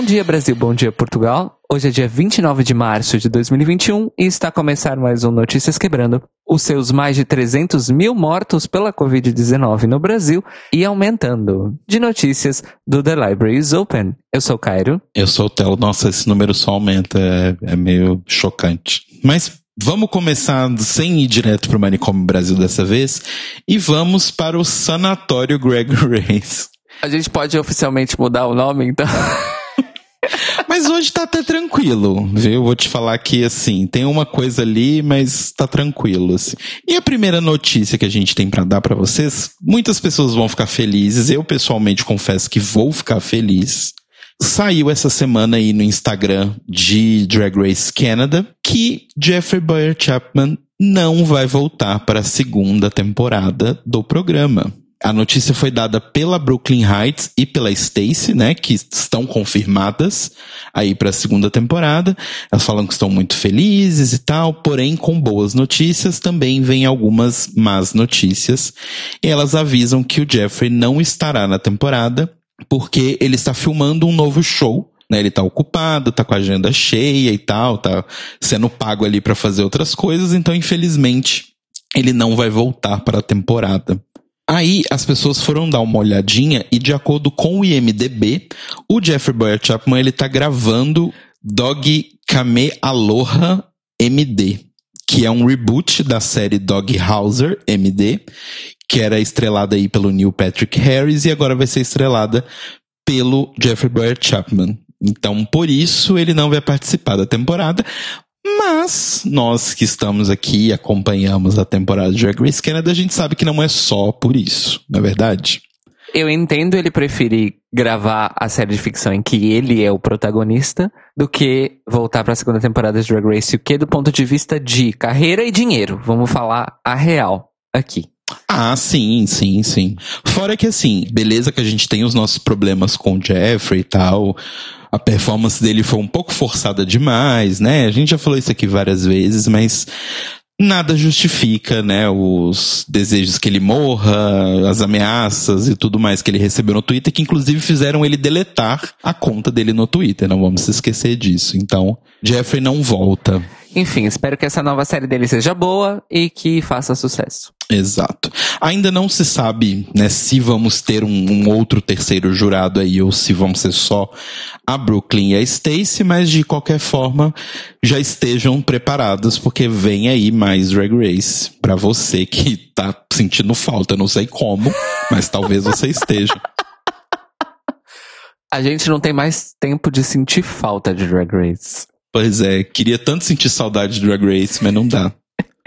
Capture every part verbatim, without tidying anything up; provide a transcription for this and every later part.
Bom dia, Brasil, bom dia, Portugal. Hoje é dia vinte e nove de março de dois mil e vinte e um e está a começar mais um Notícias Quebrando. Os seus mais de trezentos mil mortos pela covid dezenove no Brasil e aumentando. De notícias do The Library is Open. Eu sou o Cairo. Eu sou o Telo. Nossa, esse número só aumenta. É, é meio chocante. Mas vamos começar sem ir direto para o Manicômio Brasil dessa vez e vamos para o Sanatório Greg Grace. A gente pode oficialmente mudar o nome, então? Mas hoje tá até tranquilo, viu? Vou te falar que, assim, tem uma coisa ali, mas tá tranquilo, assim. E a primeira notícia que a gente tem pra dar pra vocês, muitas pessoas vão ficar felizes, eu pessoalmente confesso que vou ficar feliz. Saiu essa semana aí no Instagram de Drag Race Canada que Jeffrey Boyer-Chapman não vai voltar para a segunda temporada do programa. A notícia foi dada pela Brooklyn Heights e pela Stacey, né, que estão confirmadas aí para a segunda temporada. Elas falam que estão muito felizes e tal, porém com boas notícias também vem algumas más notícias. E elas avisam que o Jeffrey não estará na temporada porque ele está filmando um novo show. Né, ele tá ocupado, tá com a agenda cheia e tal, tá sendo pago ali para fazer outras coisas, então infelizmente ele não vai voltar para a temporada. Aí as pessoas foram dar uma olhadinha e de acordo com o I M D B, o Jeffrey Boyer-Chapman ele tá gravando Dog Kame Aloha M D, que é um reboot da série Dog Hauser M D, que era estrelada aí pelo Neil Patrick Harris e agora vai ser estrelada pelo Jeffrey Boyer-Chapman. Então, por isso, ele não vai participar da temporada. Mas, nós que estamos aqui e acompanhamos a temporada de Drag Race Canada, a gente sabe que não é só por isso, não é verdade? Eu entendo ele preferir gravar a série de ficção em que ele é o protagonista do que voltar para a segunda temporada de Drag Race U K do ponto de vista de carreira e dinheiro. Vamos falar a real aqui. Ah, sim, sim, sim. Fora que assim, beleza que a gente tem os nossos problemas com o Jeffrey e tal, a performance dele foi um pouco forçada demais, né? A gente já falou isso aqui várias vezes, mas nada justifica, né, os desejos que ele morra, as ameaças e tudo mais que ele recebeu no Twitter, que inclusive fizeram ele deletar a conta dele no Twitter, não vamos se esquecer disso. Então, Jeffrey não volta. Enfim, espero que essa nova série dele seja boa e que faça sucesso. Exato. Ainda não se sabe, né, se vamos ter um, um outro terceiro jurado aí ou se vão ser só a Brooklyn e a Stacey, mas de qualquer forma já estejam preparados porque vem aí mais Drag Race pra você que tá sentindo falta, não sei como, mas talvez você esteja. A gente não tem mais tempo de sentir falta de Drag Race. Pois é, queria tanto sentir saudade de Drag Race, mas não dá.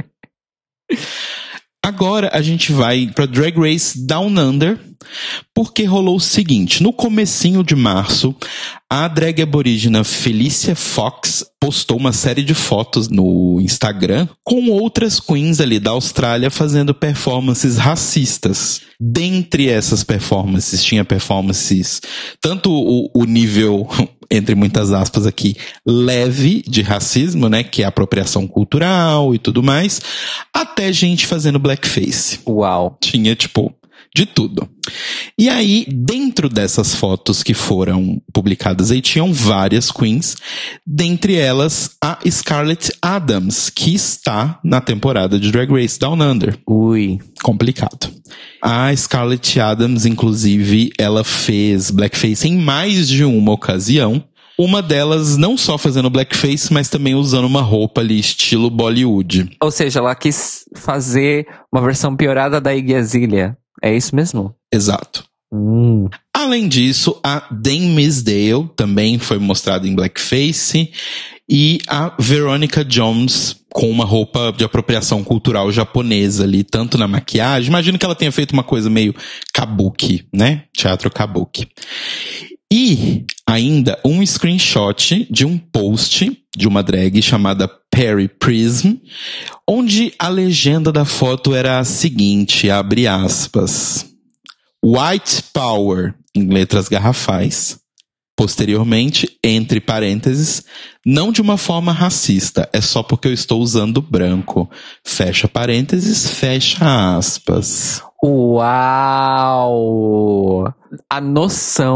Agora a gente vai pra Drag Race Down Under, porque rolou o seguinte, no comecinho de março, a drag aborígena Felicia Fox postou uma série de fotos no Instagram com outras queens ali da Austrália fazendo performances racistas. Dentre essas performances, tinha performances, tanto o, o nível, entre muitas aspas aqui, leve de racismo, né, que é apropriação cultural e tudo mais, até gente fazendo blackface. Uau. Tinha, tipo, de tudo. E aí, dentro dessas fotos que foram publicadas aí, tinham várias queens, dentre elas a Scarlett Adams, que está na temporada de Drag Race Down Under. Ui. Complicado. A Scarlett Adams, inclusive, ela fez blackface em mais de uma ocasião. Uma delas não só fazendo blackface, mas também usando uma roupa ali estilo Bollywood. Ou seja, ela quis fazer uma versão piorada da Iggy Azalea. É isso mesmo? Exato. Hum. Além disso, a Dame Missdale também foi mostrada em blackface e a Veronica Jones com uma roupa de apropriação cultural japonesa ali, tanto na maquiagem. Imagino que ela tenha feito uma coisa meio kabuki, né? Teatro kabuki. E ainda um screenshot de um post de uma drag chamada Perry Prism, onde a legenda da foto era a seguinte, abre aspas, White Power, em letras garrafais. Posteriormente, entre parênteses, não de uma forma racista, é só porque eu estou usando branco. Fecha parênteses, fecha aspas. Uau! A noção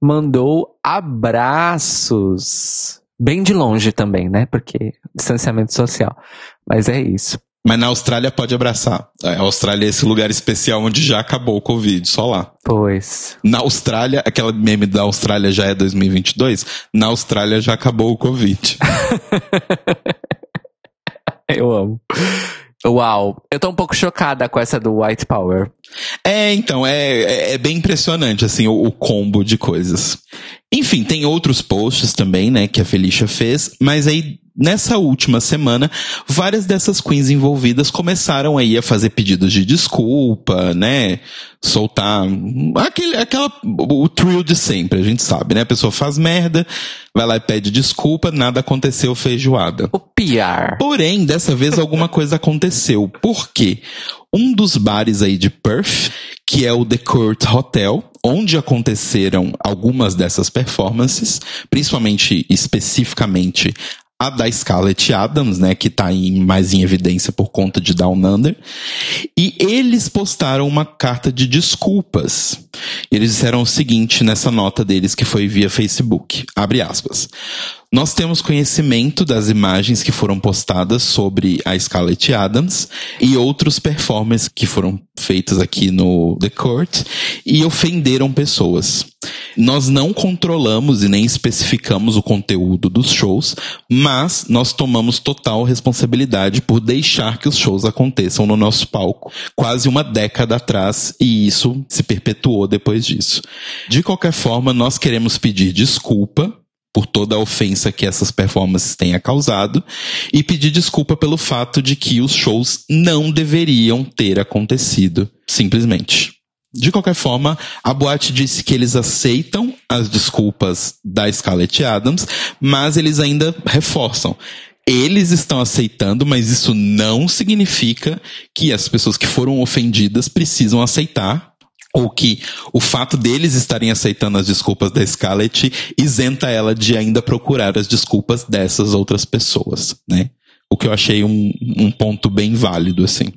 mandou abraços. Bem de longe também, né? Porque distanciamento social. Mas é isso. Mas na Austrália pode abraçar. A Austrália é esse lugar especial onde já acabou o Covid, só lá. Pois. Na Austrália, aquela meme da Austrália já é dois mil e vinte e dois, na Austrália já acabou o Covid. Eu amo. Uau, eu tô um pouco chocada com essa do White Power. É, então, é, é bem impressionante, assim, o, o combo de coisas. Enfim, tem outros posts também, né, que a Felicia fez, mas aí, nessa última semana, várias dessas queens envolvidas começaram aí a fazer pedidos de desculpa, né, soltar aquele, aquela, o trio de sempre, a gente sabe, né, a pessoa faz merda, vai lá e pede desculpa, nada aconteceu, feijoada. O P R. Porém, dessa vez alguma coisa aconteceu. Por quê? Um dos bares aí de Perth, que é o The Court Hotel, onde aconteceram algumas dessas performances, principalmente, especificamente, a da Scarlett Adams, né, que tá em, mais em evidência por conta de Down Under, e eles postaram uma carta de desculpas. Eles disseram o seguinte nessa nota deles, que foi via Facebook, abre aspas. Nós temos conhecimento das imagens que foram postadas sobre a Scarlett Adams e outros performances que foram feitos aqui no The Court e ofenderam pessoas. Nós não controlamos e nem especificamos o conteúdo dos shows, mas nós tomamos total responsabilidade por deixar que os shows aconteçam no nosso palco, quase uma década atrás, e isso se perpetuou depois disso. De qualquer forma, nós queremos pedir desculpa por toda a ofensa que essas performances tenham causado e pedir desculpa pelo fato de que os shows não deveriam ter acontecido, simplesmente. De qualquer forma, a boate disse que eles aceitam as desculpas da Scarlett Adams, mas eles ainda reforçam. Eles estão aceitando, mas isso não significa que as pessoas que foram ofendidas precisam aceitar, ou que o fato deles estarem aceitando as desculpas da Scarlett isenta ela de ainda procurar as desculpas dessas outras pessoas, né? O que eu achei um, um ponto bem válido, assim.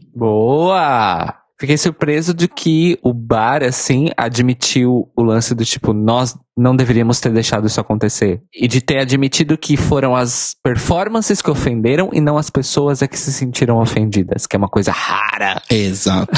Boa! Fiquei surpreso de que o bar, assim, admitiu o lance do tipo, nós não deveríamos ter deixado isso acontecer. E de ter admitido que foram as performances que ofenderam e não as pessoas é que se sentiram ofendidas, que é uma coisa rara. Exato.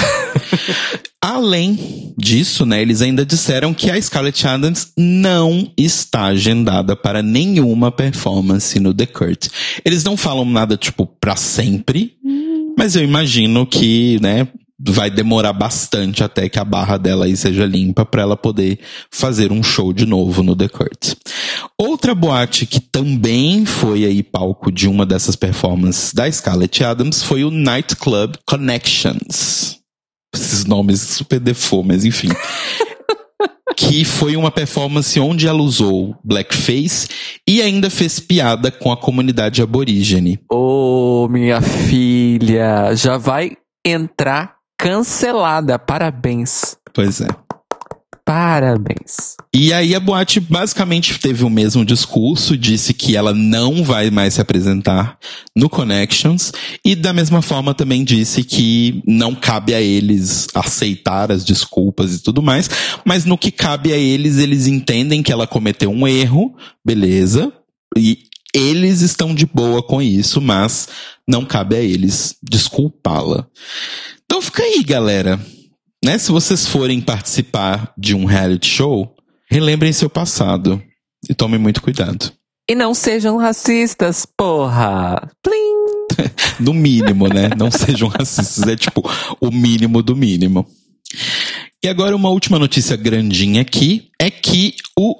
Além disso, né, eles ainda disseram que a Scarlett Adams não está agendada para nenhuma performance no The Court. Eles não falam nada, tipo, pra sempre, mas eu imagino que, né, vai demorar bastante até que a barra dela aí seja limpa para ela poder fazer um show de novo no The Court. Outra boate que também foi aí palco de uma dessas performances da Scarlett Adams foi o Nightclub Connections. Esses nomes super default, mas enfim. Que foi uma performance onde ela usou blackface e ainda fez piada com a comunidade aborígene. Ô, minha filha, já vai entrar cancelada. Parabéns. Pois é. Parabéns. E aí a boate basicamente teve o mesmo discurso, disse que ela não vai mais se apresentar no Connections e da mesma forma também disse que não cabe a eles aceitar as desculpas e tudo mais, mas no que cabe a eles, eles entendem que ela cometeu um erro, beleza, e eles estão de boa com isso, mas não cabe a eles desculpá-la. Então fica aí, galera. Né? Se vocês forem participar de um reality show, relembrem seu passado e tomem muito cuidado. E não sejam racistas, porra! Plim! No mínimo, né? Não sejam racistas. É tipo o mínimo do mínimo. E agora uma última notícia grandinha aqui é que o...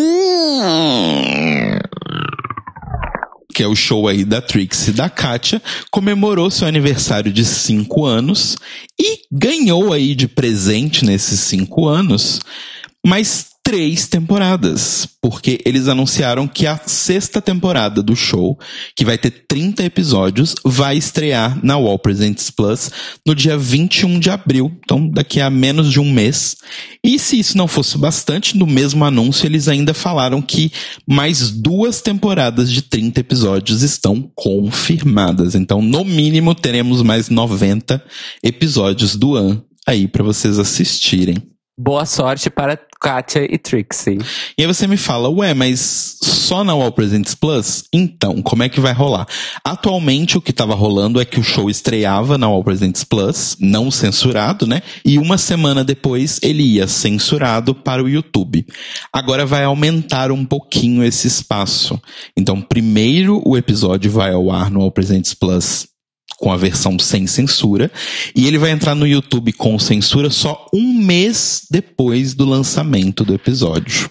que é o show aí da Trixie e da Katya, comemorou seu aniversário de cinco anos e ganhou aí de presente nesses cinco anos mais três temporadas, porque eles anunciaram que a sexta temporada do show, que vai ter trinta episódios, vai estrear na Wall Presents Plus no dia vinte e um de abril, então daqui a menos de um mês. E se isso não fosse bastante, no mesmo anúncio eles ainda falaram que mais duas temporadas de trinta episódios estão confirmadas, então no mínimo teremos mais noventa episódios do An aí para vocês assistirem. Boa sorte para Kátia e Trixie. E aí você me fala, ué, mas só na All Presents Plus? Então, como é que vai rolar? Atualmente o que estava rolando é que o show estreava na All Presents Plus, não censurado, né? E uma semana depois ele ia censurado para o YouTube. Agora vai aumentar um pouquinho esse espaço. Então, primeiro o episódio vai ao ar no All Presents Plus com a versão sem censura, e ele vai entrar no YouTube com censura só um mês depois do lançamento do episódio.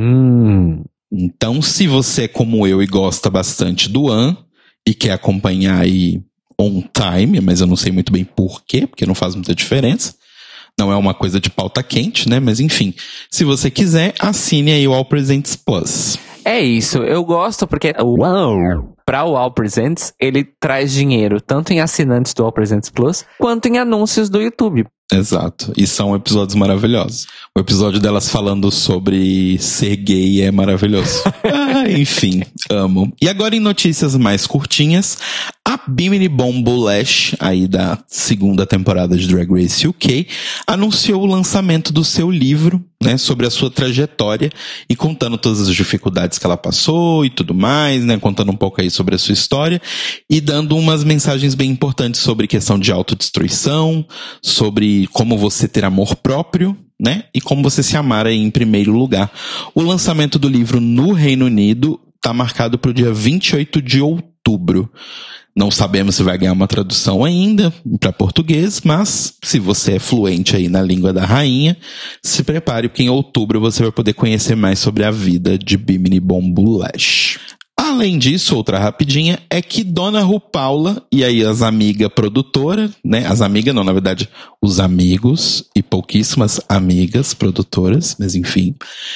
Hum. Então, se você é como eu e gosta bastante do An, e quer acompanhar aí on time, mas eu não sei muito bem por quê, porque não faz muita diferença, não é uma coisa de pauta quente, né? Mas enfim, se você quiser, assine aí o All Presents Plus. É isso, eu gosto porque uau, para o All Presents, ele traz dinheiro tanto em assinantes do All Presents Plus, quanto em anúncios do YouTube. Exato, e são episódios maravilhosos. O episódio delas falando sobre ser gay é maravilhoso. Ah, enfim, amo. E agora em notícias mais curtinhas, a Bimini Bombo Lash, aí da segunda temporada de Drag Race U K, anunciou o lançamento do seu livro, né, sobre a sua trajetória e contando todas as dificuldades que ela passou e tudo mais, né, contando um pouco aí sobre a sua história e dando umas mensagens bem importantes sobre questão de autodestruição, sobre como você ter amor próprio, né, e como você se amar aí em primeiro lugar. O lançamento do livro no Reino Unido está marcado para o dia vinte e oito de outubro. Não sabemos se vai ganhar uma tradução ainda para português, mas se você é fluente aí na língua da rainha, se prepare, porque em outubro você vai poder conhecer mais sobre a vida de Bimini Bombo Lash. Além disso, outra rapidinha, é que Dona RuPaula, e aí as amigas produtora, né, as amigas não, na verdade, os amigos e pouquíssimas amigas produtoras, mas enfim,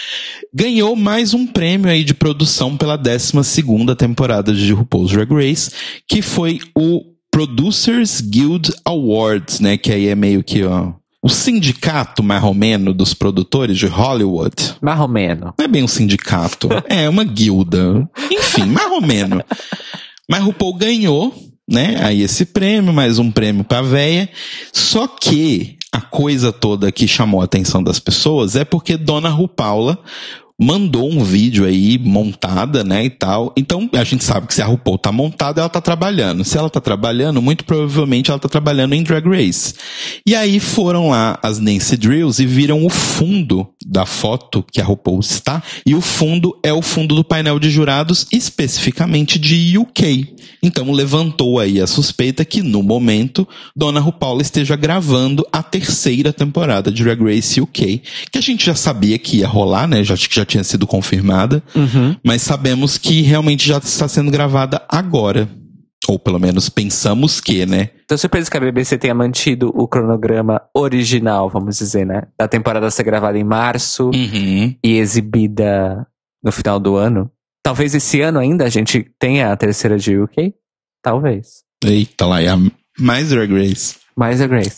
ganhou mais um prêmio aí de produção pela décima segunda temporada de RuPaul's Drag Race, que foi o Producers Guild Awards, né, que aí é meio que, ó, o sindicato marromeno dos produtores de Hollywood. Marromeno. Não é bem um sindicato, é uma guilda. Enfim, marromeno. Mas RuPaul ganhou, né, aí esse prêmio, mais um prêmio pra véia. Só que a coisa toda que chamou a atenção das pessoas é porque Dona RuPaula mandou um vídeo aí montada, né, e tal. Então, a gente sabe que se a RuPaul tá montada, ela tá trabalhando. Se ela tá trabalhando, muito provavelmente ela tá trabalhando em Drag Race. E aí foram lá as Nancy Drills e viram o fundo da foto que a RuPaul está. E o fundo é o fundo do painel de jurados, especificamente de U K. Então, levantou aí a suspeita que, no momento, Dona RuPaul esteja gravando a terceira temporada de Drag Race U K, que a gente já sabia que ia rolar, né, já, já tinha sido confirmada, uhum. Mas sabemos que realmente já está sendo gravada agora. Ou pelo menos pensamos que, né? Tô surpreso que a B B C tenha mantido o cronograma original, vamos dizer, né? Da temporada ser gravada em março uhum. e exibida no final do ano. Talvez esse ano ainda a gente tenha a terceira de U K? Talvez. Eita lá, é a mais Drag Race. Mais a Grace.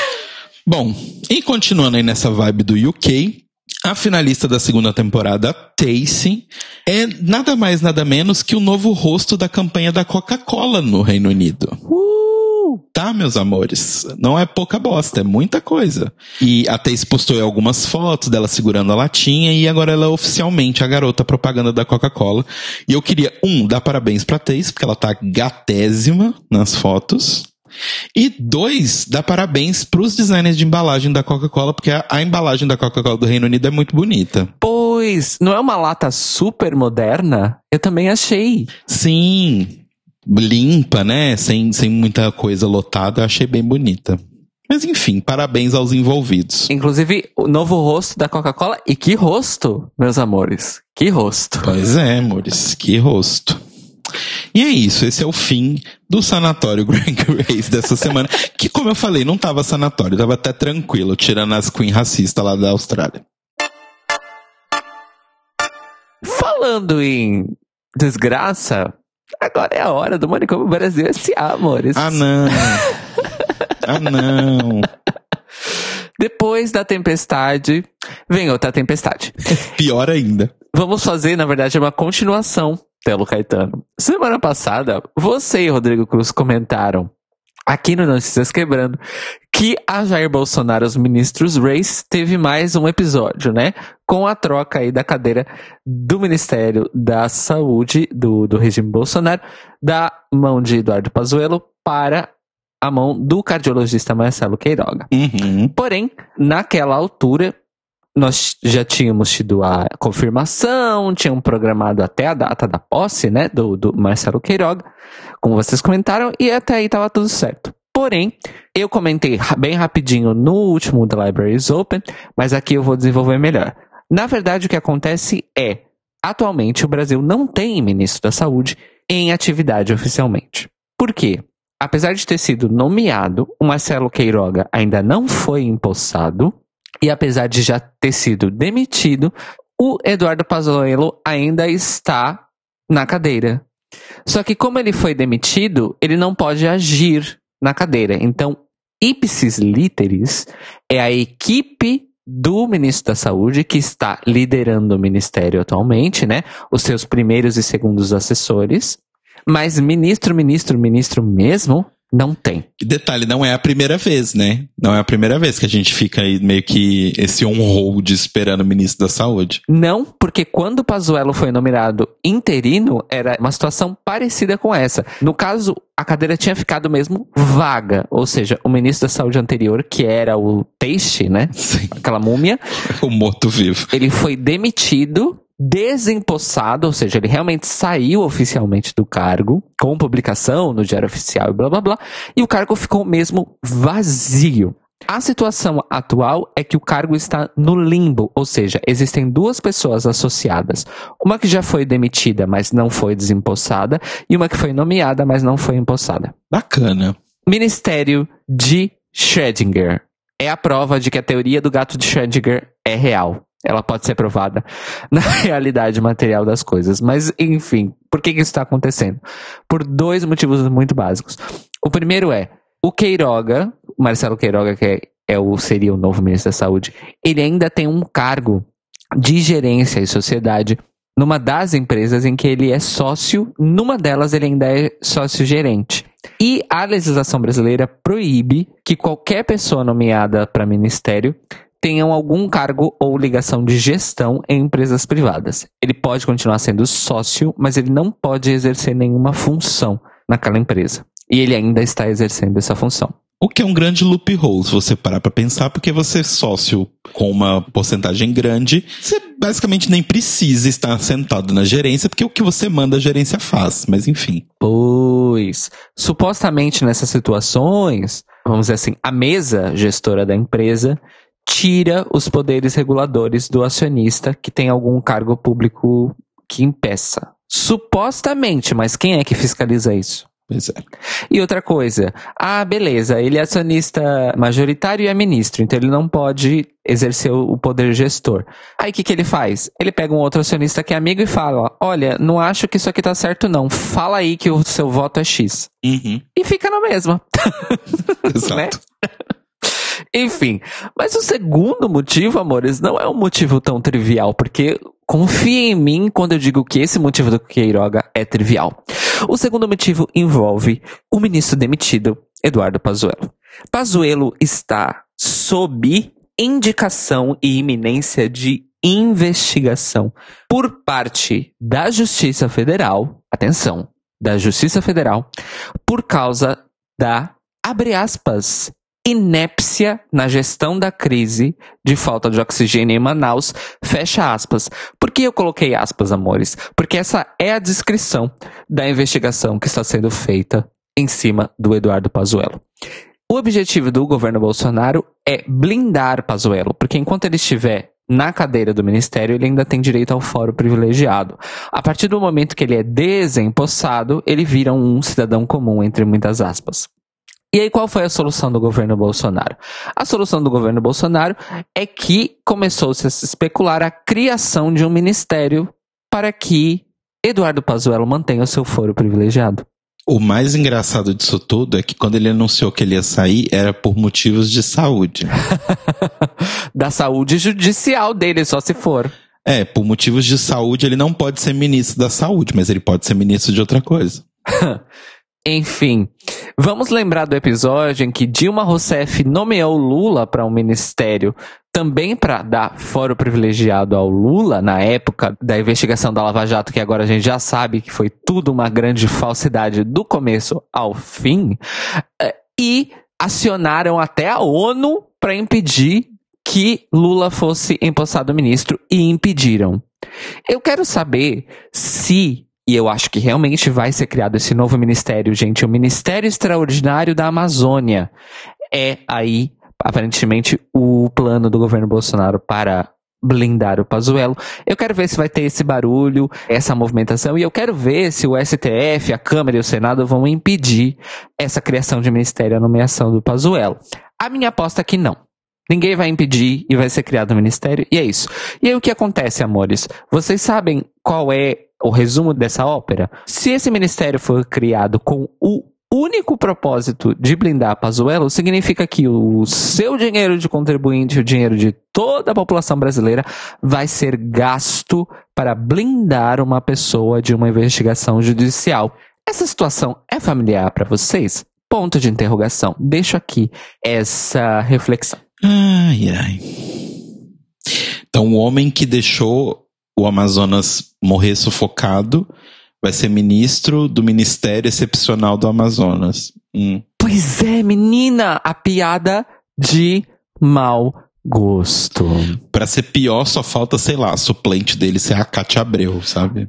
Bom, e continuando aí nessa vibe do U K, a finalista da segunda temporada, Tayce, é nada mais nada menos que o novo rosto da campanha da Coca-Cola no Reino Unido. Uh! Tá, meus amores? Não é pouca bosta, é muita coisa. E a Tayce postou algumas fotos dela segurando a latinha e agora ela é oficialmente a garota propaganda da Coca-Cola. E eu queria, um, dar parabéns pra Tayce, porque ela tá gatésima nas fotos. E dois, dar parabéns pros designers de embalagem da Coca-Cola, porque a, a embalagem da Coca-Cola do Reino Unido é muito bonita. Pois, não é uma lata super moderna? Eu também achei. Sim, limpa, né? Sem, sem muita coisa lotada, eu achei bem bonita. Mas enfim, parabéns aos envolvidos. Inclusive, o novo rosto da Coca-Cola. E que rosto, meus amores. Que rosto. Pois é, amores, que rosto. E é isso, esse é o fim do sanatório Drag Race dessa semana, que, como eu falei, não tava sanatório, tava até tranquilo, tirando as queen racistas lá da Austrália. Falando em desgraça, agora é a hora do Manicômio Brasil S A, amores. Ah, não. Ah, não. Depois da tempestade, vem outra tempestade. Pior ainda. Vamos fazer, na verdade, uma continuação, Telo Caetano. Semana passada, você e Rodrigo Cruz comentaram aqui no Notícias Quebrando, que a Jair Bolsonaro, os ministros Reis, teve mais um episódio, né? Com a troca aí da cadeira do Ministério da Saúde, do, do regime Bolsonaro, da mão de Eduardo Pazuello para a mão do cardiologista Marcelo Queiroga. Uhum. Porém, naquela altura, nós já tínhamos tido a confirmação, tínhamos programado até a data da posse, né, do, do Marcelo Queiroga, como vocês comentaram, e até aí estava tudo certo. Porém, eu comentei bem rapidinho no último The Library is Open, mas aqui eu vou desenvolver melhor. Na verdade, o que acontece é, atualmente o Brasil não tem ministro da Saúde em atividade oficialmente. Por quê? Apesar de ter sido nomeado, o Marcelo Queiroga ainda não foi empossado, e apesar de já ter sido demitido, o Eduardo Pazuello ainda está na cadeira. Só que como ele foi demitido, ele não pode agir na cadeira. Então, ipsis literis é a equipe do ministro da Saúde que está liderando o ministério atualmente, né? Os seus primeiros e segundos assessores. Mas ministro, ministro, ministro mesmo, não tem. E detalhe, não é a primeira vez, né? Não é a primeira vez que a gente fica aí meio que esse on-hold esperando o ministro da Saúde. Não, porque quando o Pazuello foi nomeado interino, era uma situação parecida com essa. No caso, a cadeira tinha ficado mesmo vaga. Ou seja, o ministro da Saúde anterior, que era o Teixe, né? Sim. Aquela múmia. O morto-vivo. Ele foi demitido, desempossado, ou seja, ele realmente saiu oficialmente do cargo, com publicação no Diário Oficial e blá blá blá, e o cargo ficou mesmo vazio. A situação atual é que o cargo está no limbo, ou seja, existem duas pessoas associadas. Uma que já foi demitida, mas não foi desempossada, e uma que foi nomeada, mas não foi empossada. Bacana. Ministério de Schrödinger. É a prova de que a teoria do gato de Schrödinger é real. Ela pode ser provada na realidade material das coisas. Mas, enfim, por que, que isso está acontecendo? Por dois motivos muito básicos. O primeiro é, o Queiroga, o Marcelo Queiroga, que é, é o, seria o novo ministro da Saúde, ele ainda tem um cargo de gerência e sociedade numa das empresas em que ele é sócio, numa delas ele ainda é sócio-gerente. E a legislação brasileira proíbe que qualquer pessoa nomeada para ministério tenham algum cargo ou ligação de gestão em empresas privadas. Ele pode continuar sendo sócio, mas ele não pode exercer nenhuma função naquela empresa. E ele ainda está exercendo essa função. O que é um grande loophole, se você parar pra pensar, porque você é sócio com uma porcentagem grande, você basicamente nem precisa estar sentado na gerência, porque o que você manda a gerência faz, mas enfim. Pois, supostamente nessas situações, vamos dizer assim, a mesa gestora da empresa tira os poderes reguladores do acionista que tem algum cargo público que impeça. Supostamente, mas quem é que fiscaliza isso? Pois é. E outra coisa, ah, beleza, ele é acionista majoritário e é ministro, então ele não pode exercer o poder gestor. Aí o que, que ele faz? Ele pega um outro acionista que é amigo e fala, olha, não acho que isso aqui tá certo não, fala aí que o seu voto é X. Uhum. E fica na mesma. Exato. Né? Enfim, mas o segundo motivo, amores, não é um motivo tão trivial, porque confia em mim quando eu digo que esse motivo do Queiroga é trivial. O segundo motivo envolve o ministro demitido, Eduardo Pazuello. Pazuello está sob indicação e iminência de investigação por parte da Justiça Federal, atenção, da Justiça Federal, por causa da, abre aspas, inépcia na gestão da crise de falta de oxigênio em Manaus, fecha aspas. Por que eu coloquei aspas, amores? Porque essa é a descrição da investigação que está sendo feita em cima do Eduardo Pazuello. O objetivo do governo Bolsonaro é blindar Pazuello, porque enquanto ele estiver na cadeira do ministério, ele ainda tem direito ao foro privilegiado. A partir do momento que ele é desempossado, ele vira um cidadão comum, entre muitas aspas. E aí, qual foi a solução do governo Bolsonaro? A solução do governo Bolsonaro é que começou-se a se especular a criação de um ministério para que Eduardo Pazuello mantenha o seu foro privilegiado. O mais engraçado disso tudo é que quando ele anunciou que ele ia sair, era por motivos de saúde. Da saúde judicial dele, só se for. É, por motivos de saúde ele não pode ser ministro da saúde, mas ele pode ser ministro de outra coisa. Enfim, vamos lembrar do episódio em que Dilma Rousseff nomeou Lula para um ministério também para dar foro privilegiado ao Lula, na época da investigação da Lava Jato, que agora a gente já sabe que foi tudo uma grande falsidade do começo ao fim, e acionaram até a ONU para impedir que Lula fosse empossado ministro, e impediram. Eu quero saber se... E eu acho que realmente vai ser criado esse novo ministério, gente. O Ministério Extraordinário da Amazônia. É aí, aparentemente, o plano do governo Bolsonaro para blindar o Pazuello. Eu quero ver se vai ter esse barulho, essa movimentação. E eu quero ver se o S T F, a Câmara e o Senado vão impedir essa criação de ministério, a nomeação do Pazuello. A minha aposta é que não. Ninguém vai impedir e vai ser criado um ministério. E é isso. E aí o que acontece, amores? Vocês sabem qual é o resumo dessa ópera? Se esse ministério for criado com o único propósito de blindar Pazuello, significa que o seu dinheiro de contribuinte, o dinheiro de toda a população brasileira, vai ser gasto para blindar uma pessoa de uma investigação judicial. Essa situação é familiar para vocês? Ponto de interrogação. Deixo aqui essa reflexão. Ai, ai. Então, o homem que deixou o Amazonas morrer sufocado vai ser ministro do Ministério Excepcional do Amazonas. Hum. Pois é, menina, a piada de mau gosto. Pra ser pior, só falta, sei lá, a suplente dele ser a Cátia Abreu, sabe?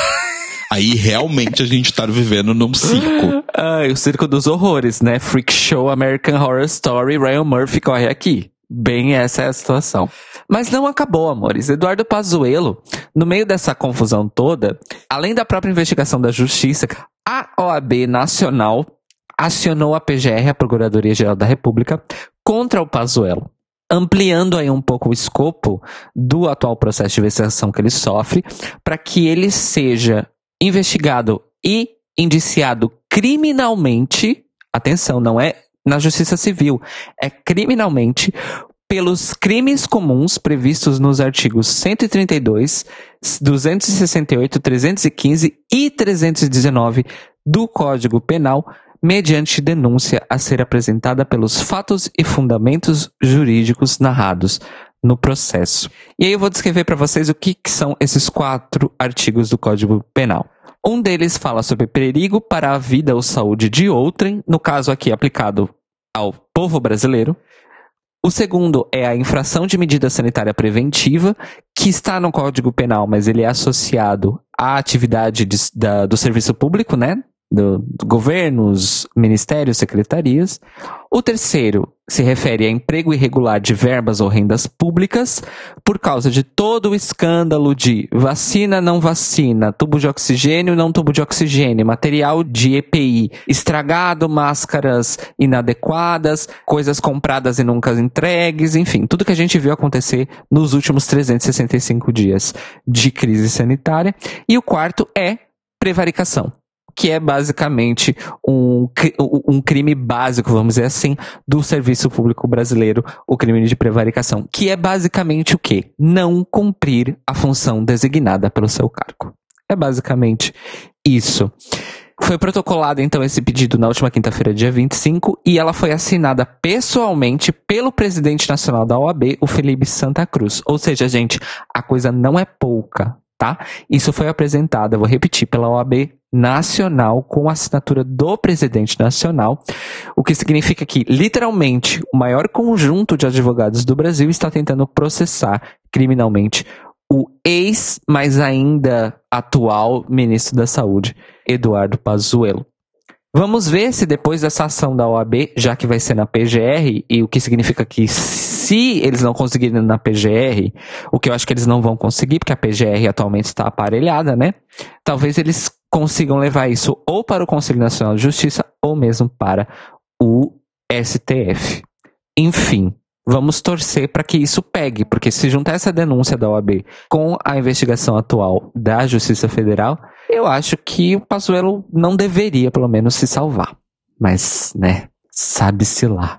Aí realmente a gente tá vivendo num circo. Ai, o circo dos horrores, né? Freak Show, American Horror Story, Ryan Murphy corre aqui. Bem, essa é a situação. Mas não acabou, amores. Eduardo Pazuello, no meio dessa confusão toda, além da própria investigação da Justiça, a O A B Nacional acionou a P G R, a Procuradoria-Geral da República, contra o Pazuello, ampliando aí um pouco o escopo do atual processo de investigação que ele sofre, para que ele seja investigado e indiciado criminalmente, atenção, não é na Justiça Civil, é criminalmente, pelos crimes comuns previstos nos artigos cento e trinta e dois, duzentos e sessenta e oito, trezentos e quinze e trezentos e dezenove do Código Penal, mediante denúncia a ser apresentada pelos fatos e fundamentos jurídicos narrados no processo. E aí eu vou descrever para vocês o que, que são esses quatro artigos do Código Penal. Um deles fala sobre perigo para a vida ou saúde de outrem, no caso aqui aplicado ao povo brasileiro. O segundo é a infração de medida sanitária preventiva, que está no Código Penal, mas ele é associado à atividade de, da, do serviço público, né? Do, do governos, ministérios, secretarias. O terceiro se refere a emprego irregular de verbas ou rendas públicas por causa de todo o escândalo de vacina, não vacina, tubo de oxigênio, não tubo de oxigênio, material de E P I estragado, máscaras inadequadas, coisas compradas e nunca entregues, enfim, tudo que a gente viu acontecer nos últimos trezentos e sessenta e cinco dias de crise sanitária. E o quarto é prevaricação, que é basicamente um, um crime básico, vamos dizer assim, do serviço público brasileiro, o crime de prevaricação, que é basicamente o quê? Não cumprir a função designada pelo seu cargo. É basicamente isso. Foi protocolado, então, esse pedido na última quinta-feira, dia vinte e cinco, e ela foi assinada pessoalmente pelo presidente nacional da O A B, o Felipe Santa Cruz. Ou seja, gente, a coisa não é pouca, tá? Isso foi apresentado, eu vou repetir, pela O A B Nacional com a assinatura do presidente nacional, o que significa que, literalmente, o maior conjunto de advogados do Brasil está tentando processar criminalmente o ex, mas ainda atual ministro da Saúde, Eduardo Pazuello. Vamos ver se depois dessa ação da O A B, já que vai ser na P G R, e o que significa que se eles não conseguirem na P G R, o que eu acho que eles não vão conseguir, porque a P G R atualmente está aparelhada, né? Talvez eles consigam levar isso ou para o Conselho Nacional de Justiça ou mesmo para o S T F. Enfim, vamos torcer para que isso pegue, porque se juntar essa denúncia da O A B com a investigação atual da Justiça Federal, eu acho que o Pazuello não deveria, pelo menos, se salvar. Mas, né, sabe-se lá.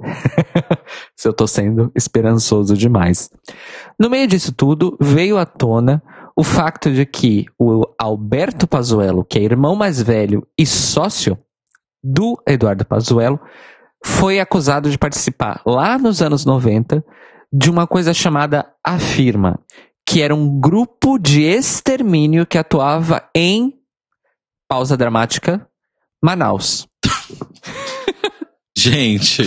Se eu tô sendo esperançoso demais. No meio disso tudo, veio à tona o facto de que o Alberto Pazuello, que é irmão mais velho e sócio do Eduardo Pazuello, foi acusado de participar, lá nos anos noventa, de uma coisa chamada Afirma, que era um grupo de extermínio que atuava em, pausa dramática, Manaus. Gente...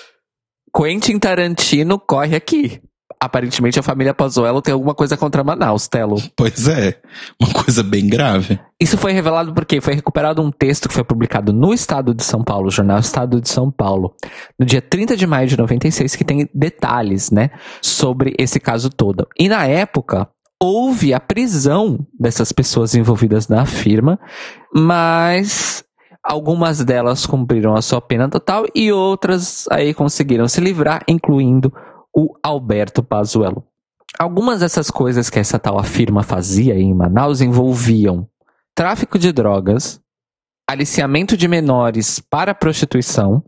Quentin Tarantino corre aqui. Aparentemente a família Pazuello tem alguma coisa contra Manaus, Telo. Pois é, uma coisa bem grave. Isso foi revelado porque foi recuperado um texto que foi publicado no Estado de São Paulo, jornal Estado de São Paulo, no dia trinta de maio de noventa e seis, que tem detalhes, né, sobre esse caso todo. E na época, houve a prisão dessas pessoas envolvidas na firma, mas... algumas delas cumpriram a sua pena total e outras aí conseguiram se livrar, incluindo o Alberto Pazuello. Algumas dessas coisas que essa tal Afirma fazia em Manaus envolviam tráfico de drogas, aliciamento de menores para prostituição,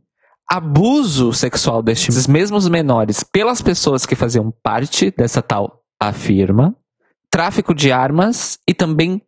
abuso sexual destes mesmos menores pelas pessoas que faziam parte dessa tal Afirma, tráfico de armas e também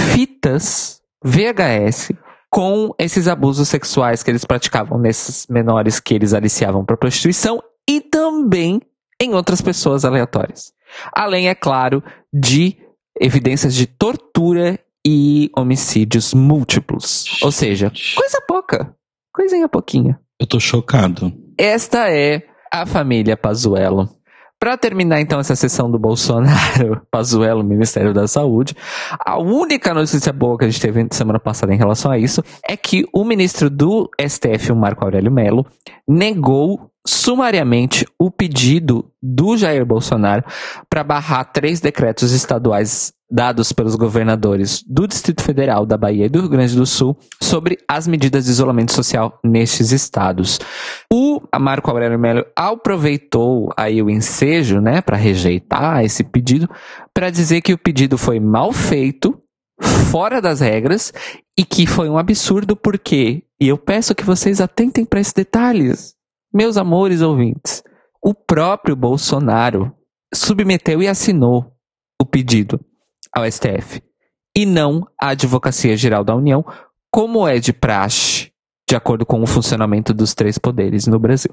fitas V H S com esses abusos sexuais que eles praticavam nesses menores que eles aliciavam para prostituição e também em outras pessoas aleatórias. Além, é claro, de evidências de tortura e homicídios múltiplos. Ou seja, coisa pouca. Coisinha pouquinha. Eu tô chocado. Esta é a família Pazuello. Para terminar, então, essa sessão do Bolsonaro, Pazuello, Ministério da Saúde, a única notícia boa que a gente teve semana passada em relação a isso é que o ministro do S T F, o Marco Aurélio Mello, negou sumariamente o pedido do Jair Bolsonaro para barrar três decretos estaduais dados pelos governadores do Distrito Federal, da Bahia e do Rio Grande do Sul sobre as medidas de isolamento social nesses estados. O Marco Aurélio Mello aproveitou aí o ensejo, né, para rejeitar esse pedido, para dizer que o pedido foi mal feito, fora das regras, e que foi um absurdo porque, e eu peço que vocês atentem para esses detalhes, meus amores ouvintes, o próprio Bolsonaro submeteu e assinou o pedido ao S T F, e não à Advocacia Geral da União, como é de praxe, de acordo com o funcionamento dos três poderes no Brasil.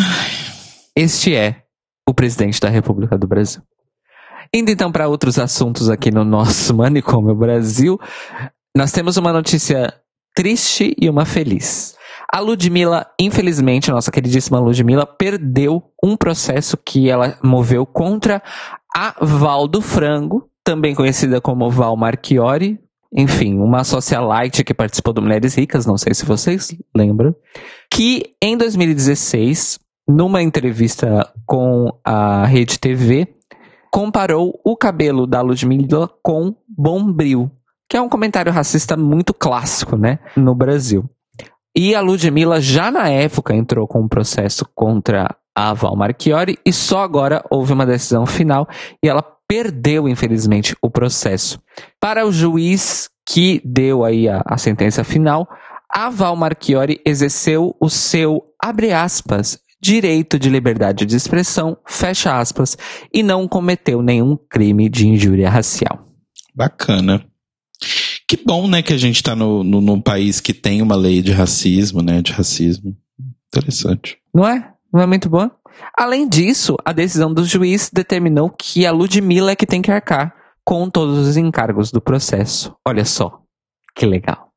Este é o presidente da República do Brasil. Indo então para outros assuntos aqui no nosso Manicômio Brasil, nós temos uma notícia triste e uma feliz. A Ludmilla, infelizmente, nossa queridíssima Ludmilla, perdeu um processo que ela moveu contra a Val do Frango, também conhecida como Val Marchiori, enfim, uma socialite que participou do Mulheres Ricas, não sei se vocês lembram, que em dois mil e dezesseis, numa entrevista com a Rede T V, comparou o cabelo da Ludmilla com Bombril, que é um comentário racista muito clássico, né, no Brasil. E a Ludmilla já na época entrou com um processo contra a Val Marchiori e só agora houve uma decisão final e ela perdeu, infelizmente, o processo. Para o juiz que deu aí a, a sentença final, a Val Marchiori exerceu o seu, abre aspas, direito de liberdade de expressão, fecha aspas, e não cometeu nenhum crime de injúria racial. Bacana. Que bom, né, que a gente tá no, no, num país que tem uma lei de racismo, né, de racismo. Interessante. Não é? Não é muito bom? Além disso, a decisão do juiz determinou que a Ludmilla é que tem que arcar com todos os encargos do processo. Olha só, que legal.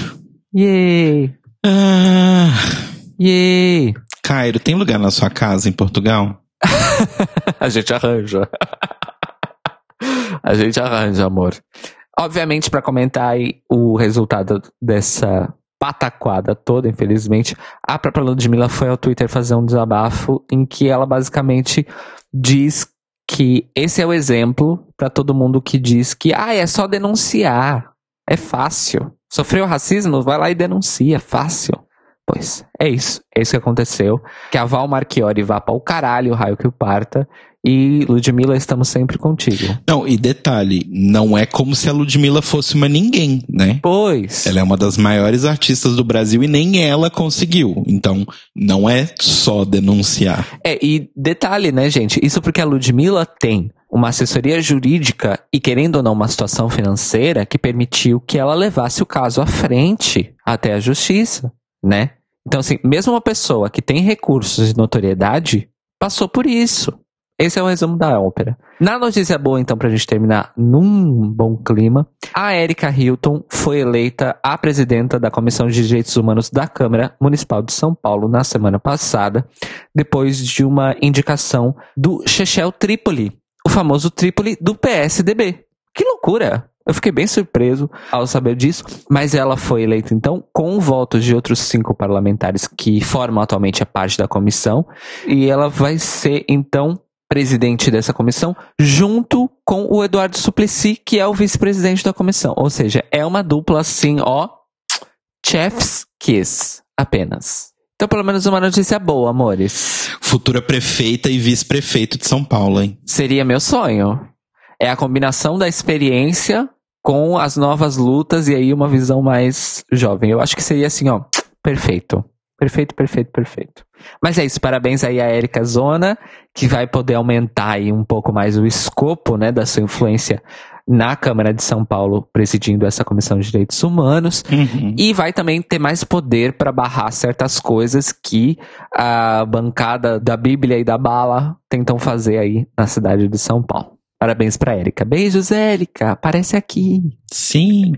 Yay! Ah, Yay! Cairo, tem lugar na sua casa em Portugal? A gente arranja. A gente arranja, amor. Obviamente, para comentar aí o resultado dessa pataquada toda, infelizmente, a própria Ludmilla foi ao Twitter fazer um desabafo em que ela basicamente diz que esse é o exemplo para todo mundo que diz que ah, é só denunciar, é fácil. Sofreu racismo? Vai lá e denuncia, fácil. Pois, é isso. É isso que aconteceu. Que a Val Marchiori vá para o caralho, o raio que o parta. E Ludmilla, estamos sempre contigo. Não, e detalhe, não é como se a Ludmilla fosse uma ninguém, né? Pois. Ela é uma das maiores artistas do Brasil e nem ela conseguiu. Então, não é só denunciar. É, e detalhe, né, gente? Isso porque a Ludmilla tem uma assessoria jurídica e, querendo ou não, uma situação financeira que permitiu que ela levasse o caso à frente até a justiça. né? Então, assim, mesmo uma pessoa que tem recursos e notoriedade passou por isso. Esse é o resumo da ópera. Na notícia boa, então, pra gente terminar num bom clima, a Erika Hilton foi eleita a presidenta da Comissão de Direitos Humanos da Câmara Municipal de São Paulo na semana passada, depois de uma indicação do Chechel Trípoli, o famoso Trípoli do P S D B. Que loucura! Eu fiquei bem surpreso ao saber disso, mas ela foi eleita, então, com votos de outros cinco parlamentares que formam atualmente a parte da comissão, e ela vai ser, então, presidente dessa comissão, junto com o Eduardo Suplicy, que é o vice-presidente da comissão. Ou seja, é uma dupla assim, ó, chef's kiss, apenas. Então, pelo menos uma notícia boa, amores. Futura prefeita e vice-prefeito de São Paulo, hein? Seria meu sonho. É a combinação da experiência com as novas lutas e aí uma visão mais jovem. Eu acho que seria assim, ó, perfeito. Perfeito, perfeito, perfeito. Mas é isso, parabéns aí a Erika Zona, que vai poder aumentar aí um pouco mais o escopo, né, da sua influência na Câmara de São Paulo, presidindo essa Comissão de Direitos Humanos. Uhum. E vai também ter mais poder para barrar certas coisas que a bancada da Bíblia e da Bala tentam fazer aí na cidade de São Paulo. Parabéns pra Erika. Beijos, Erika. Aparece aqui. Sim.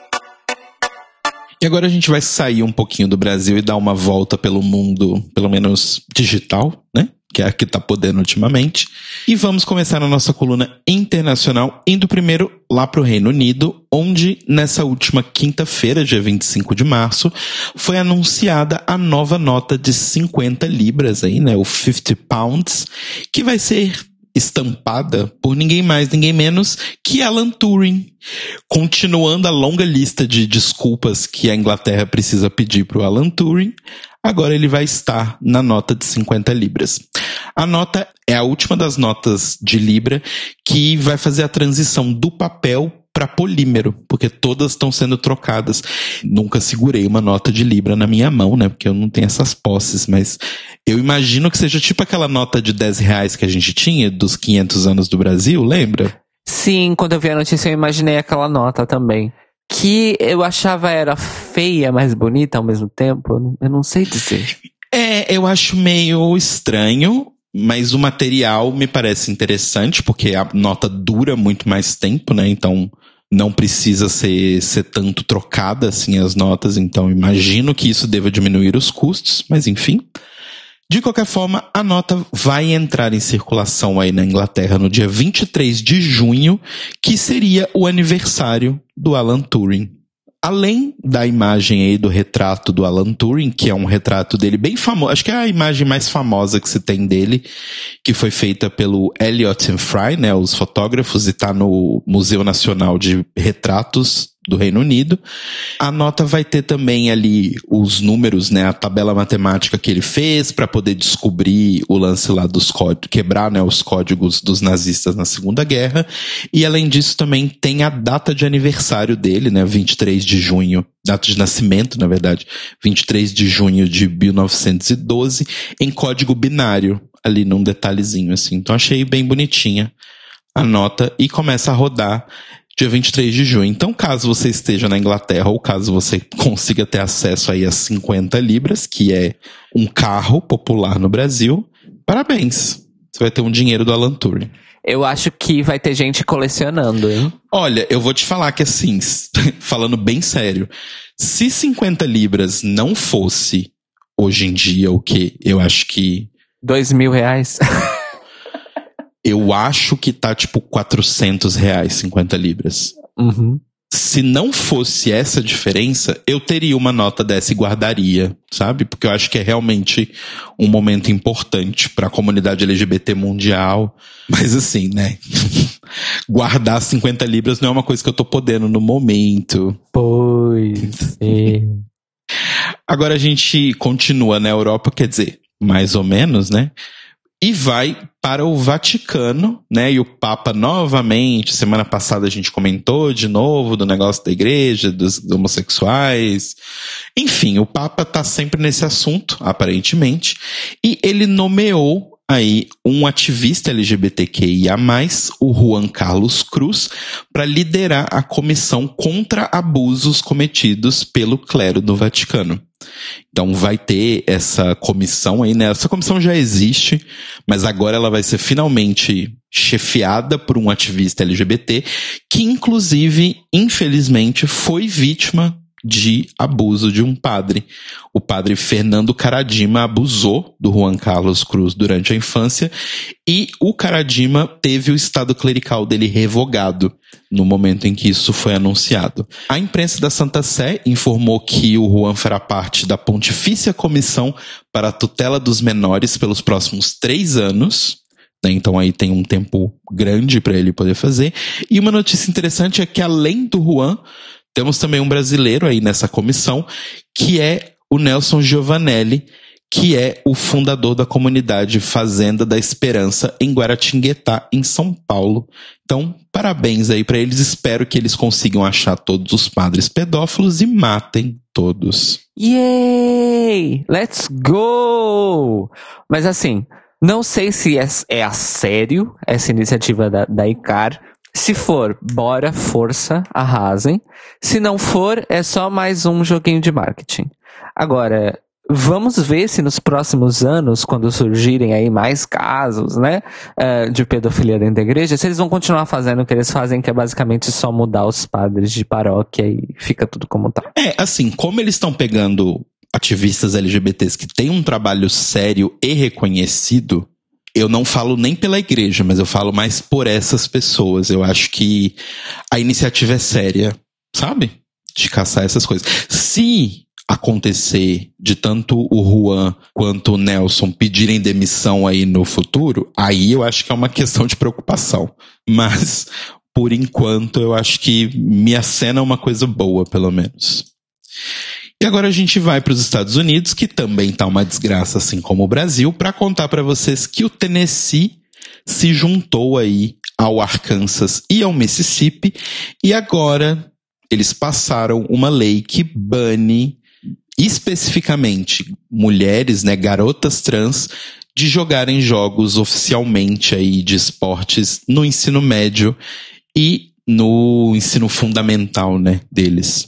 E agora a gente vai sair um pouquinho do Brasil e dar uma volta pelo mundo, pelo menos digital, né? Que é a que tá podendo ultimamente. E vamos começar a nossa coluna internacional, indo primeiro lá pro Reino Unido, onde nessa última quinta-feira, dia vinte e cinco de março, foi anunciada a nova nota de cinquenta libras aí, né? O cinquenta pounds, que vai ser estampada por ninguém mais, ninguém menos que Alan Turing. Continuando a longa lista de desculpas que a Inglaterra precisa pedir para o Alan Turing, agora ele vai estar na nota de cinquenta libras. A nota é a última das notas de libra que vai fazer a transição do papel para polímero, porque todas estão sendo trocadas. Nunca segurei uma nota de libra na minha mão, né, porque eu não tenho essas posses, mas eu imagino que seja tipo aquela nota de dez reais que a gente tinha dos quinhentos anos do Brasil, lembra? Sim, quando eu vi a notícia eu imaginei aquela nota também, que eu achava era feia, mas bonita ao mesmo tempo, eu não, eu não sei dizer. É, eu acho meio estranho, mas o material me parece interessante, porque a nota dura muito mais tempo, né, então não precisa ser, ser tanto trocada assim as notas, então imagino que isso deva diminuir os custos, mas enfim. De qualquer forma, a nota vai entrar em circulação aí na Inglaterra no dia vinte e três de junho, que seria o aniversário do Alan Turing. Além da imagem aí do retrato do Alan Turing, que é um retrato dele bem famoso, acho que é a imagem mais famosa que se tem dele, que foi feita pelo Elliot and Fry, né, os fotógrafos, e tá no Museu Nacional de Retratos do Reino Unido. A nota vai ter também ali os números, né, a tabela matemática que ele fez para poder descobrir o lance lá dos códigos, quebrar, né, os códigos dos nazistas na Segunda Guerra. E além disso também tem a data de aniversário dele, né, vinte e três de junho, data de nascimento, na verdade, vinte e três de junho de mil novecentos e doze, em código binário, ali num detalhezinho assim. Então achei bem bonitinha a nota e começa a rodar dia vinte e três de junho. Então, caso você esteja na Inglaterra ou caso você consiga ter acesso aí a cinquenta libras, que é um carro popular no Brasil, parabéns. Você vai ter um dinheiro do Alan Turing. Eu acho que vai ter gente colecionando, hein? Olha, eu vou te falar que assim, falando bem sério, se cinquenta libras não fosse hoje em dia o quê? Eu acho que... Dois mil reais? Eu acho que tá tipo quatrocentos reais, cinquenta libras. Uhum. Se não fosse essa diferença, eu teria uma nota dessa e guardaria, sabe? Porque eu acho que é realmente um momento importante para a comunidade L G B T mundial. Mas assim, né? Guardar cinquenta libras não é uma coisa que eu tô podendo no momento. Pois é. Agora a gente continua na Europa, quer dizer, mais ou menos, né? E vai para o Vaticano, né? E o Papa novamente, semana passada a gente comentou de novo do negócio da igreja, dos homossexuais. Enfim, o Papa tá sempre nesse assunto, aparentemente. E ele nomeou aí um ativista L G B T Q I A mais, o Juan Carlos Cruz, para liderar a comissão contra abusos cometidos pelo clero do Vaticano. Então vai ter essa comissão aí, né? Essa comissão já existe, mas agora ela vai ser finalmente chefiada por um ativista L G B T, que inclusive, infelizmente, foi vítima de abuso de um padre. O padre Fernando Karadima abusou do Juan Carlos Cruz durante a infância e o Karadima teve o estado clerical dele revogado no momento em que isso foi anunciado. A imprensa da Santa Sé informou que o Juan fará parte da Pontifícia Comissão para a Tutela dos Menores pelos próximos três anos. Então aí tem um tempo grande para ele poder fazer. E uma notícia interessante é que além do Juan, temos também um brasileiro aí nessa comissão, que é o Nelson Giovanelli, que é o fundador da comunidade Fazenda da Esperança em Guaratinguetá, em São Paulo. Então, parabéns aí para eles. Espero que eles consigam achar todos os padres pedófilos e matem todos. Yay! Let's go! Mas assim, não sei se é, é a sério essa iniciativa da, da I C A R. Se for, bora, força, arrasem. Se não for, é só mais um joguinho de marketing. Agora, vamos ver se nos próximos anos, quando surgirem aí mais casos, né, de pedofilia dentro da igreja, se eles vão continuar fazendo o que eles fazem, que é basicamente só mudar os padres de paróquia e fica tudo como tá. É, assim, como eles estão pegando ativistas L G B Ts que têm um trabalho sério e reconhecido, eu não falo nem pela igreja, mas eu falo mais por essas pessoas. Eu acho que a iniciativa é séria, sabe? De caçar essas coisas. Se acontecer de tanto o Juan quanto o Nelson pedirem demissão aí no futuro, aí eu acho que é uma questão de preocupação. Mas, por enquanto, eu acho que me acena uma coisa boa, pelo menos. E agora a gente vai para os Estados Unidos, que também tá uma desgraça, assim como o Brasil, para contar para vocês que o Tennessee se juntou aí ao Arkansas e ao Mississippi, e agora eles passaram uma lei que bane especificamente mulheres, né, garotas trans, de jogarem jogos oficialmente aí de esportes no ensino médio e no ensino fundamental, né, deles.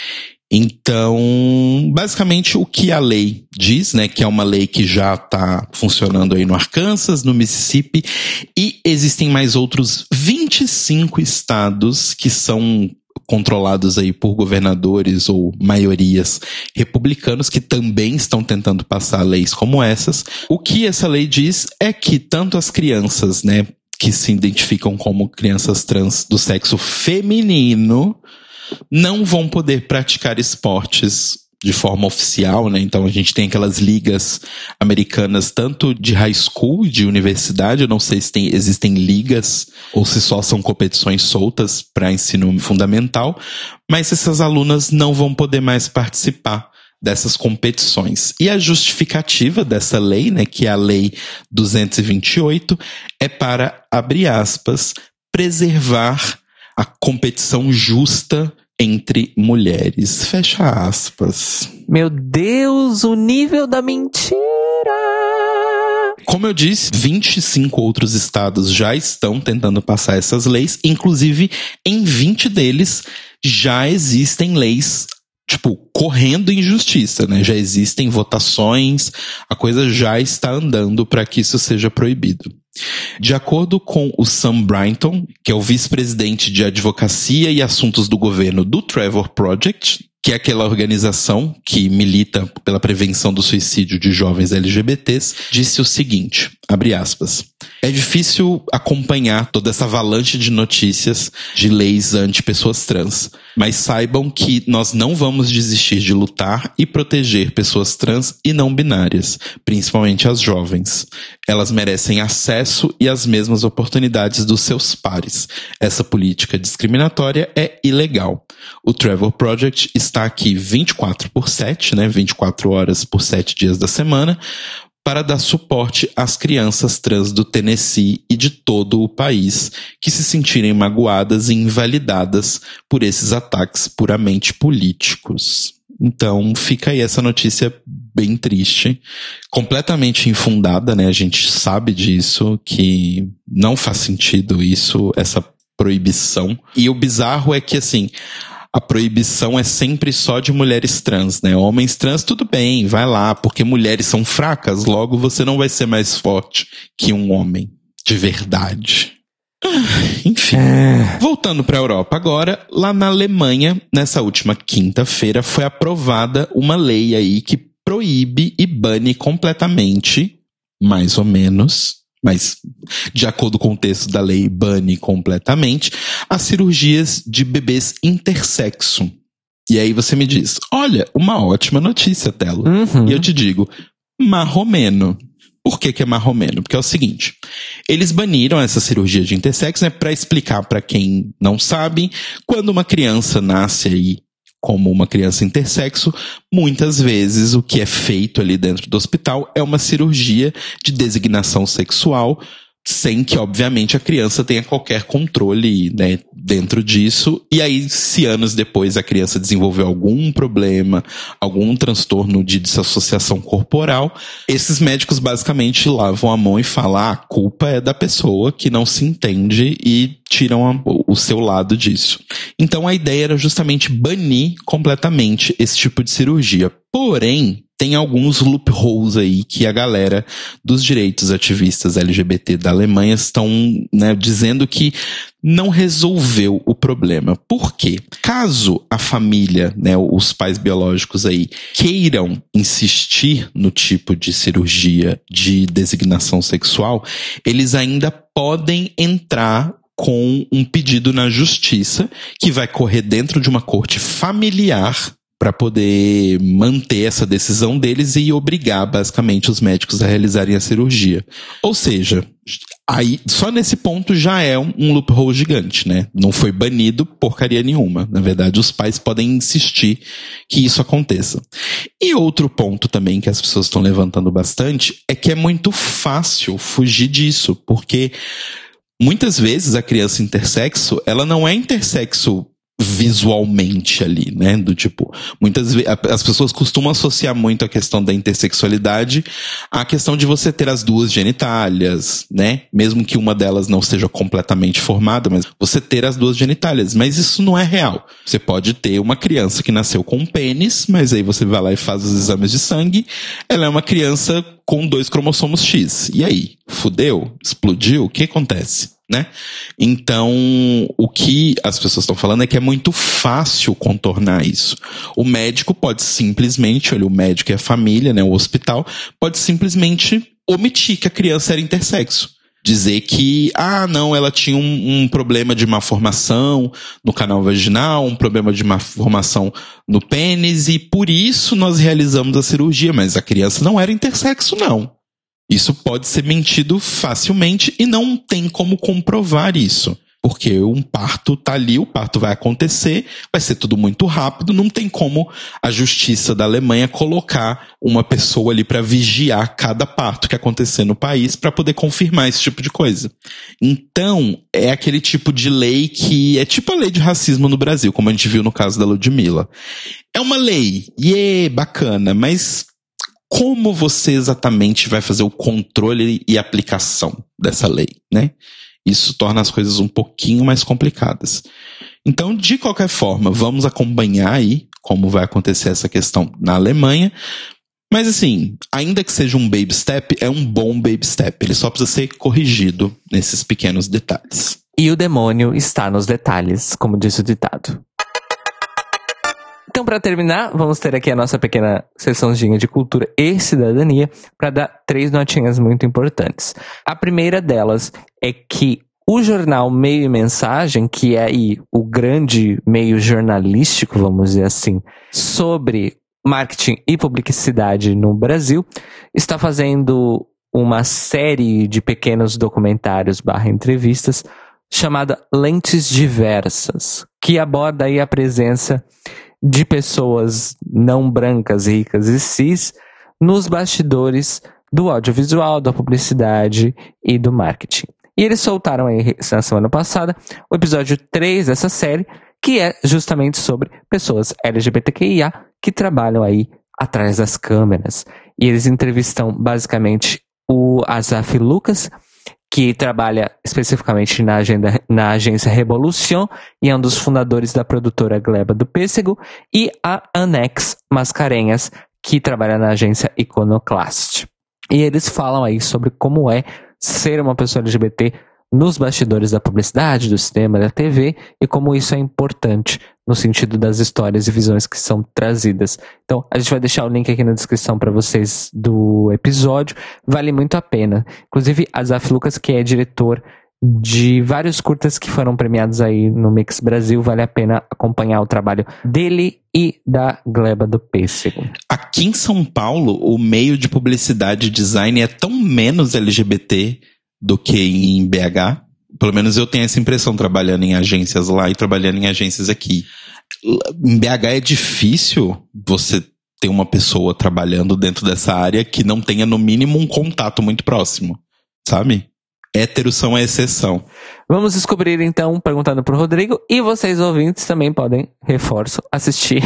Então, basicamente o que a lei diz, né, que é uma lei que já está funcionando aí no Arkansas, no Mississippi, e existem mais outros vinte e cinco estados que são controlados aí por governadores ou maiorias republicanos que também estão tentando passar leis como essas. O que essa lei diz é que tanto as crianças, né, que se identificam como crianças trans do sexo feminino não vão poder praticar esportes de forma oficial, né? Então a gente tem aquelas ligas americanas tanto de high school, de universidade, eu não sei se tem, existem ligas ou se só são competições soltas para ensino fundamental, mas essas alunas não vão poder mais participar dessas competições. E a justificativa dessa lei, né, que é a lei duzentos e vinte e oito, é para, abre aspas, preservar a competição justa entre mulheres. Fecha aspas. Meu Deus, o nível da mentira! Como eu disse, vinte e cinco outros estados já estão tentando passar essas leis. Inclusive, em vinte deles já existem leis, tipo, correndo em justiça, né? Já existem votações, a coisa já está andando para que isso seja proibido. De acordo com o Sam Brinton, que é o vice-presidente de advocacia e assuntos do governo do Trevor Project, que é aquela organização que milita pela prevenção do suicídio de jovens L G B Ts, disse o seguinte, abre aspas, é difícil acompanhar toda essa avalanche de notícias de leis anti-pessoas trans, mas saibam que nós não vamos desistir de lutar e proteger pessoas trans e não binárias, principalmente as jovens. Elas merecem acesso e as mesmas oportunidades dos seus pares. Essa política discriminatória é ilegal. O Trevor Project está aqui vinte e quatro por sete, né, vinte e quatro horas por sete dias da semana, para dar suporte às crianças trans do Tennessee e de todo o país que se sentirem magoadas e invalidadas por esses ataques puramente políticos. Então fica aí essa notícia bem triste, completamente infundada, né? A gente sabe disso, que não faz sentido isso, essa proibição. E o bizarro é que, assim, a proibição é sempre só de mulheres trans, né? Homens trans, tudo bem, vai lá, porque mulheres são fracas, logo você não vai ser mais forte que um homem de verdade. Enfim, é. Voltando para a Europa agora, lá na Alemanha, nessa última quinta-feira, foi aprovada uma lei aí que proíbe e bane completamente, mais ou menos, mas de acordo com o texto da lei, bane completamente, as cirurgias de bebês intersexo. E aí você me diz, olha, uma ótima notícia, Telo. Uhum. E eu te digo, marromeno. Por que que é marromeno? Porque é o seguinte, eles baniram essa cirurgia de intersexo, né, para explicar para quem não sabe, quando uma criança nasce aí como uma criança intersexo, muitas vezes o que é feito ali dentro do hospital é uma cirurgia de designação sexual, sem que, obviamente, a criança tenha qualquer controle, né, dentro disso. E aí, se anos depois a criança desenvolveu algum problema, algum transtorno de dissociação corporal, esses médicos basicamente lavam a mão e falam, ah, a culpa é da pessoa que não se entende e tiram a, o seu lado disso. Então a ideia era justamente banir completamente esse tipo de cirurgia. Porém, tem alguns loopholes aí que a galera dos direitos ativistas L G B T da Alemanha estão, né, dizendo que não resolveu o problema. Por quê? Caso a família, né, os pais biológicos aí, queiram insistir no tipo de cirurgia de designação sexual, eles ainda podem entrar com um pedido na justiça que vai correr dentro de uma corte familiar para poder manter essa decisão deles e obrigar, basicamente, os médicos a realizarem a cirurgia. Ou seja, aí, só nesse ponto já é um, um loophole gigante, né? Não foi banido porcaria nenhuma. Na verdade, os pais podem insistir que isso aconteça. E outro ponto também que as pessoas estão levantando bastante é que é muito fácil fugir disso, porque muitas vezes a criança intersexo, ela não é intersexo visualmente ali, né, do tipo, muitas vezes as pessoas costumam associar muito a questão da intersexualidade à questão de você ter as duas genitálias, né, mesmo que uma delas não seja completamente formada, mas você ter as duas genitálias, mas isso não é real. Você pode ter uma criança que nasceu com um pênis, mas aí você vai lá e faz os exames de sangue, ela é uma criança com dois cromossomos X. E aí? Fudeu? Explodiu? O que acontece? Né? Então, o que as pessoas estão falando é que é muito fácil contornar isso. O médico pode simplesmente, olha, o médico e a família, né, o hospital, pode simplesmente omitir que a criança era intersexo. Dizer que, ah, não, ela tinha um, um problema de malformação no canal vaginal, um problema de malformação no pênis, e por isso nós realizamos a cirurgia, mas a criança não era intersexo, não. Isso pode ser mentido facilmente e não tem como comprovar isso. Porque um parto tá ali, o parto vai acontecer, vai ser tudo muito rápido, não tem como a justiça da Alemanha colocar uma pessoa ali para vigiar cada parto que acontecer no país para poder confirmar esse tipo de coisa. Então, é aquele tipo de lei que é tipo a lei de racismo no Brasil, como a gente viu no caso da Ludmilla. É uma lei, e é bacana, mas como você exatamente vai fazer o controle e aplicação dessa lei, né? Isso torna as coisas um pouquinho mais complicadas. Então, de qualquer forma, vamos acompanhar aí como vai acontecer essa questão na Alemanha. Mas assim, ainda que seja um baby step, é um bom baby step. Ele só precisa ser corrigido nesses pequenos detalhes. E o demônio está nos detalhes, como diz o ditado. Então, para terminar, vamos ter aqui a nossa pequena sessãozinha de cultura e cidadania para dar três notinhas muito importantes. A primeira delas é que o jornal Meio e Mensagem, que é aí o grande meio jornalístico, vamos dizer assim, sobre marketing e publicidade no Brasil, está fazendo uma série de pequenos documentários barra entrevistas chamada Lentes Diversas, que aborda aí a presença de pessoas não brancas, ricas e cis nos bastidores do audiovisual, da publicidade e do marketing. E eles soltaram aí na semana passada o episódio três dessa série, que é justamente sobre pessoas L G B T Q I A que trabalham aí atrás das câmeras. E eles entrevistam basicamente o Asaf Lucas, que trabalha especificamente na, agenda, na agência Revolution e é um dos fundadores da produtora Gleba do Pêssego, e a Anex Mascarenhas, que trabalha na agência Iconoclast. E eles falam aí sobre como é ser uma pessoa L G B T nos bastidores da publicidade, do cinema, da T V, e como isso é importante no sentido das histórias e visões que são trazidas. Então, a gente vai deixar o link aqui na descrição para vocês do episódio. Vale muito a pena. Inclusive, Asaf Lucas, que é diretor de vários curtas que foram premiados aí no Mix Brasil, vale a pena acompanhar o trabalho dele e da Gleba do Pêssego. Aqui em São Paulo, o meio de publicidade e design é tão menos L G B T do que em B H. Pelo menos eu tenho essa impressão trabalhando em agências lá e trabalhando em agências aqui. Em B H é difícil você ter uma pessoa trabalhando dentro dessa área que não tenha no mínimo um contato muito próximo, sabe? Héteros são a exceção. Vamos descobrir então, perguntando pro Rodrigo, e vocês ouvintes também podem, reforço, assistir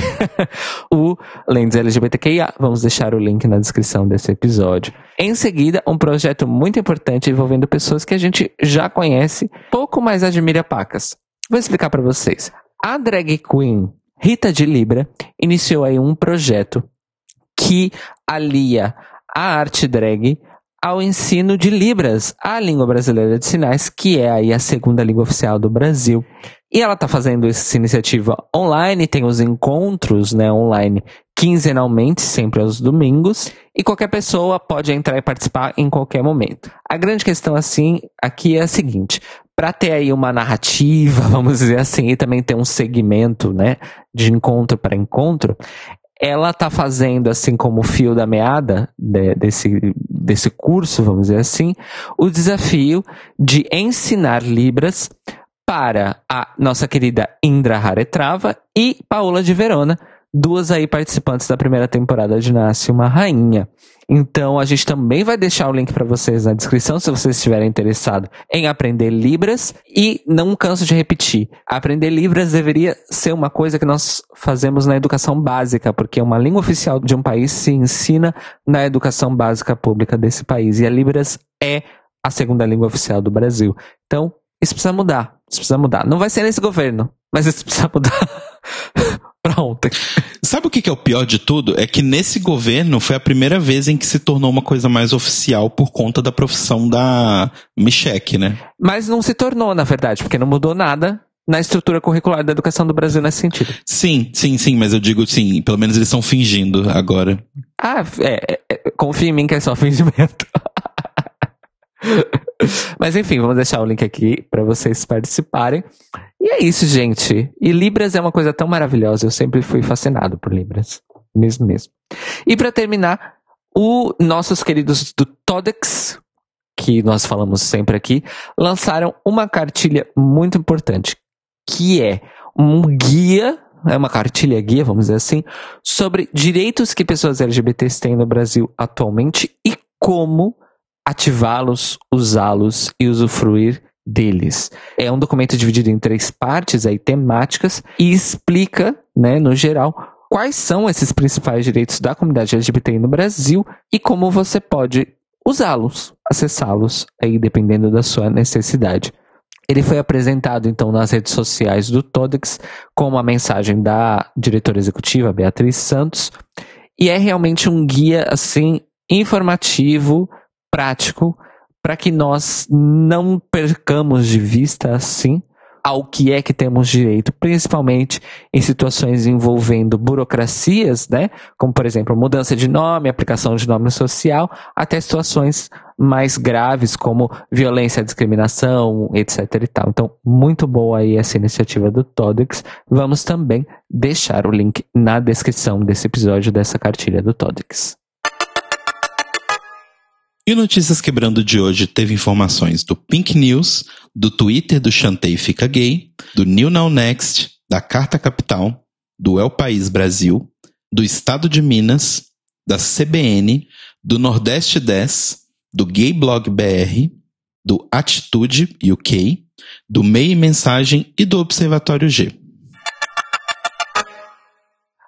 o Lentes L G B T Q I A. Vamos deixar o link na descrição desse episódio. Em seguida, um projeto muito importante envolvendo pessoas que a gente já conhece, pouco mais admira pacas. Vou explicar para vocês. A drag queen Rita de Libra iniciou aí um projeto que alia a arte drag ao ensino de Libras, a língua brasileira de sinais, que é aí a segunda língua oficial do Brasil. E ela está fazendo essa iniciativa online, tem os encontros, né, online quinzenalmente, sempre aos domingos, e qualquer pessoa pode entrar e participar em qualquer momento. A grande questão, assim, aqui é a seguinte: para ter aí uma narrativa, vamos dizer assim, e também ter um segmento, né, de encontro para encontro, ela tá fazendo, assim como o fio da meada de, desse, desse curso, vamos dizer assim, o desafio de ensinar Libras para a nossa querida Indra Haretrava e Paola de Verona, duas aí participantes da primeira temporada de Nasce uma Rainha. Então a gente também vai deixar o link para vocês na descrição, se vocês estiverem interessados em aprender Libras. E não canso de repetir, aprender Libras deveria ser uma coisa que nós fazemos na educação básica, porque uma língua oficial de um país se ensina na educação básica pública desse país, e a Libras é a segunda língua oficial do Brasil. Então isso precisa mudar, isso precisa mudar. Não vai ser nesse governo, mas isso precisa mudar pra ontem. Sabe o que é o pior de tudo? É que nesse governo foi a primeira vez em que se tornou uma coisa mais oficial por conta da profissão da Michelle, né? Mas não se tornou, na verdade, porque não mudou nada na estrutura curricular da educação do Brasil nesse sentido. Sim, sim, sim, mas eu digo sim, pelo menos eles estão fingindo agora. Ah, é, é, confia em mim que é só fingimento. Mas enfim, vamos deixar o link aqui para vocês participarem. E é isso, gente. E Libras é uma coisa tão maravilhosa. Eu sempre fui fascinado por Libras. Mesmo, mesmo. E para terminar, os nossos queridos do Todex, que nós falamos sempre aqui, lançaram uma cartilha muito importante, que é um guia, é uma cartilha guia, vamos dizer assim, sobre direitos que pessoas L G B Ts têm no Brasil atualmente e como ativá-los, usá-los e usufruir deles. É um documento dividido em três partes aí, temáticas, e explica, né, no geral, quais são esses principais direitos da comunidade L G B T I no Brasil e como você pode usá-los, acessá-los, aí dependendo da sua necessidade. Ele foi apresentado, então, nas redes sociais do Todex com uma mensagem da diretora executiva, Beatriz Santos, e é realmente um guia, assim, informativo, prático, para que nós não percamos de vista, assim, ao que é que temos direito, principalmente em situações envolvendo burocracias, né? Como, por exemplo, mudança de nome, aplicação de nome social, até situações mais graves, como violência, discriminação, etc e tal. Então, muito boa aí essa iniciativa do Todex. Vamos também deixar o link na descrição desse episódio, dessa cartilha do Todex. E o Notícias Quebrando de hoje teve informações do Pink News, do Twitter do Chantei Fica Gay, do New Now Next, da Carta Capital, do El País Brasil, do Estado de Minas, da C B N, do Nordeste dez, do Gay Blog B R, do Atitude U K, do Meio e Mensagem e do Observatório G.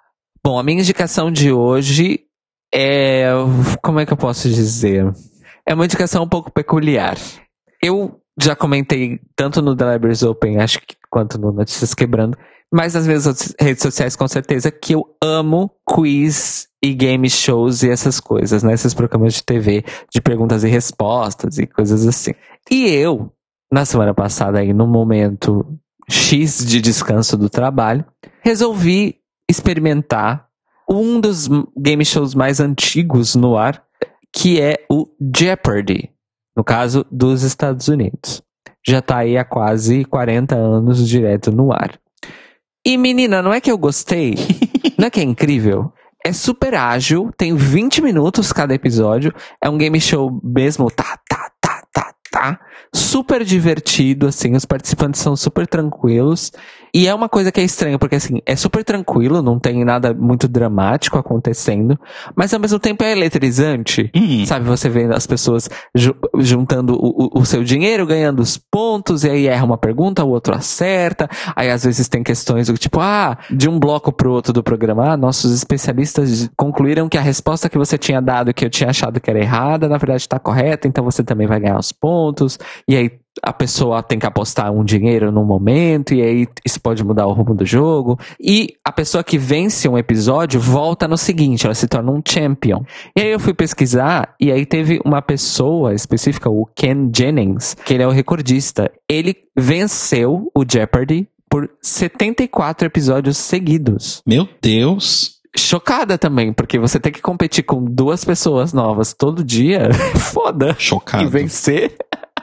Bom, a minha indicação de hoje é... Como é que eu posso dizer? É uma indicação um pouco peculiar. Eu já comentei tanto no The Libraries Open, acho que quanto no Notícias Quebrando, mas nas minhas redes sociais com certeza que eu amo quiz e game shows e essas coisas, né? Esses programas de T V de perguntas e respostas e coisas assim. E eu, na semana passada aí, no momento X de descanso do trabalho, resolvi experimentar um dos game shows mais antigos no ar, que é o Jeopardy, no caso dos Estados Unidos. Já tá aí há quase quarenta anos direto no ar. E menina, não é que eu gostei? Não é que é incrível? É super ágil, tem vinte minutos cada episódio, é um game show mesmo, tá, tá, tá, tá, tá, super divertido, assim, os participantes são super tranquilos, e é uma coisa que é estranha, porque assim, é super tranquilo, não tem nada muito dramático acontecendo, mas ao mesmo tempo é eletrizante, uhum. Sabe, você vendo as pessoas ju- juntando o, o, o seu dinheiro, ganhando os pontos, e aí erra uma pergunta, o outro acerta, aí às vezes tem questões do tipo, ah, de um bloco pro outro do programa, ah, nossos especialistas concluíram que a resposta que você tinha dado, que eu tinha achado que era errada, na verdade tá correta, então você também vai ganhar os pontos, e aí a pessoa tem que apostar um dinheiro num momento, e aí isso pode mudar o rumo do jogo. E a pessoa que vence um episódio volta no seguinte, ela se torna um champion. E aí eu fui pesquisar, e aí teve uma pessoa específica, o Ken Jennings, que ele é o recordista. Ele venceu o Jeopardy por setenta e quatro episódios seguidos. Meu Deus! Chocada também, porque você tem que competir com duas pessoas novas todo dia. Foda. Chocado. E vencer...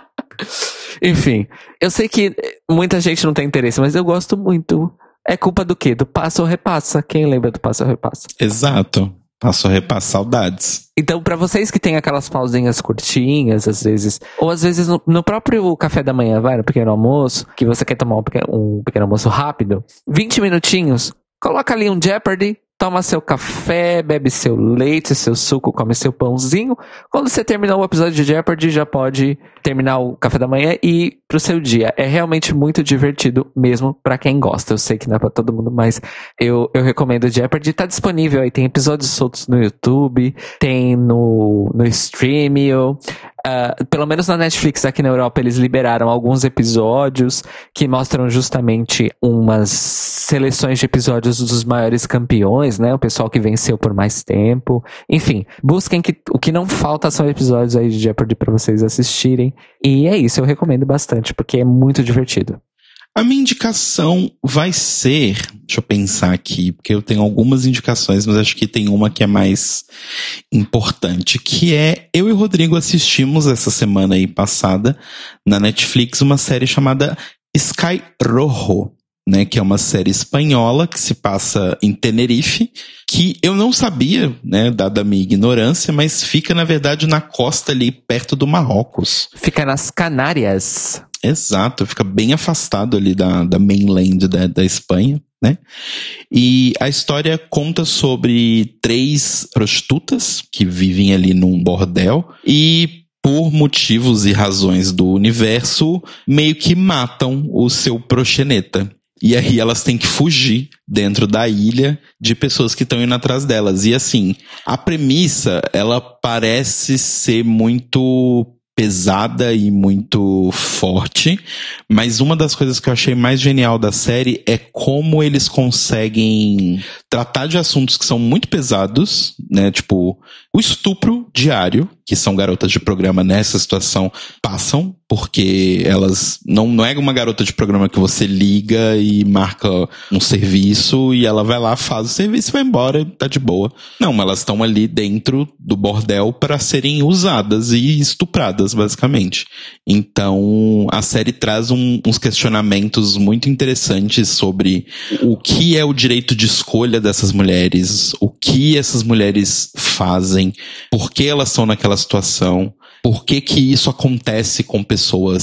Enfim, eu sei que muita gente não tem interesse, mas eu gosto muito. É culpa do quê? Do passa ou repassa. Quem lembra do passa ou repassa? Exato. Passa ou repassa, saudades. Então, pra vocês que tem aquelas pausinhas curtinhas, às vezes, ou às vezes no, no próprio café da manhã, vai, no pequeno almoço, que você quer tomar um pequeno, um pequeno almoço rápido, vinte minutinhos, coloca ali um Jeopardy, toma seu café, bebe seu leite, seu suco, come seu pãozinho. Quando você terminar o episódio de Jeopardy, já pode terminar o café da manhã e ir pro seu dia. É realmente muito divertido mesmo pra quem gosta. Eu sei que não é pra todo mundo, mas eu, eu recomendo o Jeopardy. Tá disponível aí, tem episódios soltos no YouTube, tem no, no Streamio. Uh, pelo menos na Netflix aqui na Europa eles liberaram alguns episódios que mostram justamente umas seleções de episódios dos maiores campeões, né? O pessoal que venceu por mais tempo. Enfim, busquem que o que não falta são episódios aí de Jeopardy pra vocês assistirem. E é isso, eu recomendo bastante, porque é muito divertido. A minha indicação vai ser, deixa eu pensar aqui, porque eu tenho algumas indicações, mas acho que tem uma que é mais importante, que é, eu e o Rodrigo assistimos essa semana aí passada, na Netflix, uma série chamada Sky Rojo, né, que é uma série espanhola que se passa em Tenerife, que eu não sabia, né, dada a minha ignorância, mas fica, na verdade, na costa ali, perto do Marrocos. Fica nas Canárias. Exato, fica bem afastado ali da, da mainland da, da Espanha, né? E a história conta sobre três prostitutas que vivem ali num bordel e, por motivos e razões do universo, meio que matam o seu proxeneta. E aí elas têm que fugir dentro da ilha de pessoas que estão indo atrás delas. E assim, a premissa, ela parece ser muito pesada e muito forte, mas uma das coisas que eu achei mais genial da série é como eles conseguem tratar de assuntos que são muito pesados, né, tipo o estupro diário, que são garotas de programa nessa situação, passam, porque elas não, não é uma garota de programa que você liga e marca um serviço e ela vai lá, faz o serviço e vai embora e tá de boa. Não, elas estão ali dentro do bordel para serem usadas e estupradas, basicamente. Então, a série traz um, uns questionamentos muito interessantes sobre o que é o direito de escolha dessas mulheres, o que essas mulheres fazem, por que elas estão naquela situação, por que que isso acontece com pessoas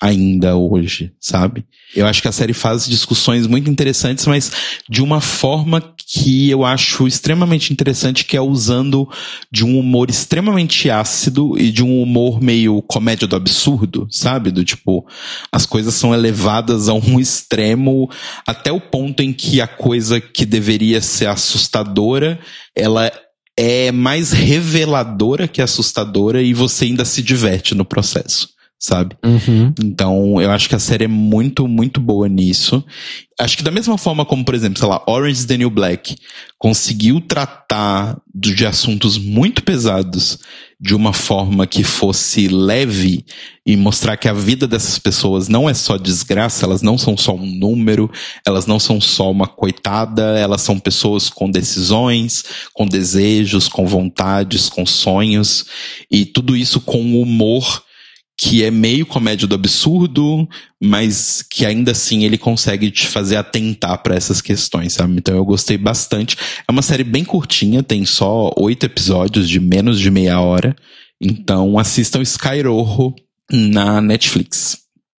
ainda hoje, sabe? Eu acho que a série faz discussões muito interessantes, mas de uma forma que eu acho extremamente interessante, que é usando de um humor extremamente ácido e de um humor meio comédia do absurdo, sabe? Do tipo, as coisas são elevadas a um extremo até o ponto em que a coisa que deveria ser assustadora, ela é mais reveladora que assustadora e você ainda se diverte no processo, sabe? Uhum. Então, eu acho que a série é muito, muito boa nisso. Acho que da mesma forma como, por exemplo, sei lá, Orange is the New Black conseguiu tratar de assuntos muito pesados de uma forma que fosse leve e mostrar que a vida dessas pessoas não é só desgraça, elas não são só um número, elas não são só uma coitada, elas são pessoas com decisões, com desejos, com vontades, com sonhos, e tudo isso com humor que é meio comédia do absurdo, mas que ainda assim ele consegue te fazer atentar para essas questões, sabe? Então eu gostei bastante. É uma série bem curtinha, tem só oito episódios de menos de meia hora. Então assistam Sky Rojo na Netflix.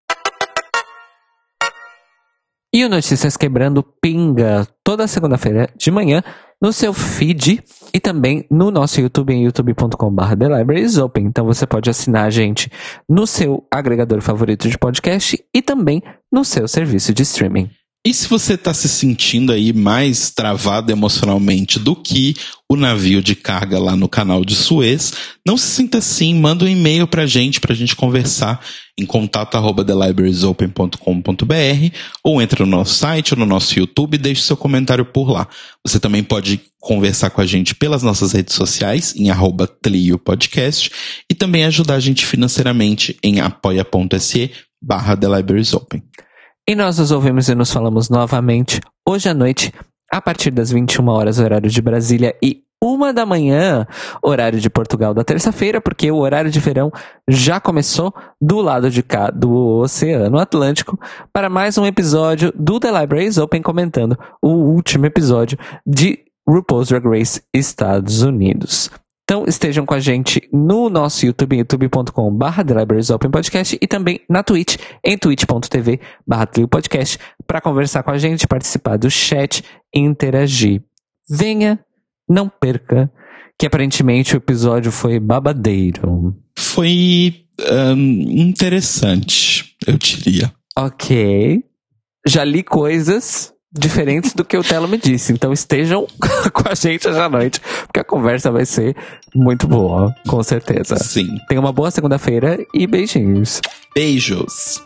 E o Notícias Quebrando pinga toda segunda-feira de manhã no seu feed e também no nosso YouTube em youtube ponto com barra The Libraries Open. Então você pode assinar a gente no seu agregador favorito de podcast e também no seu serviço de streaming. E se você tá se sentindo aí mais travado emocionalmente do que o navio de carga lá no canal de Suez, não se sinta assim, manda um e-mail pra gente, pra gente conversar em contato arroba the libraries open ponto com ponto b r ou entra no nosso site ou no nosso YouTube e deixe seu comentário por lá. Você também pode conversar com a gente pelas nossas redes sociais em arroba Tlio Podcast e também ajudar a gente financeiramente em apoia.se barra The Libraries Open. E nós nos ouvimos e nos falamos novamente hoje à noite, a partir das vinte e uma horas, horário de Brasília, e uma da manhã, horário de Portugal, da terça-feira, porque o horário de verão já começou do lado de cá do Oceano Atlântico, para mais um episódio do The Libraries Open, comentando o último episódio de RuPaul's Drag Race Estados Unidos. Então estejam com a gente no nosso YouTube, youtube ponto com barra The Libraries Open Podcast, e também na Twitch, em twitch ponto tv barra Tlio Podcast, para conversar com a gente, participar do chat e interagir. Venha, não perca, que aparentemente o episódio foi babadeiro. Foi um, interessante, eu diria. Ok. Já li coisas diferentes do que o Telo me disse. Então estejam com a gente hoje à noite, porque a conversa vai ser muito boa, com certeza. Sim. Tenha uma boa segunda-feira e beijinhos. Beijos.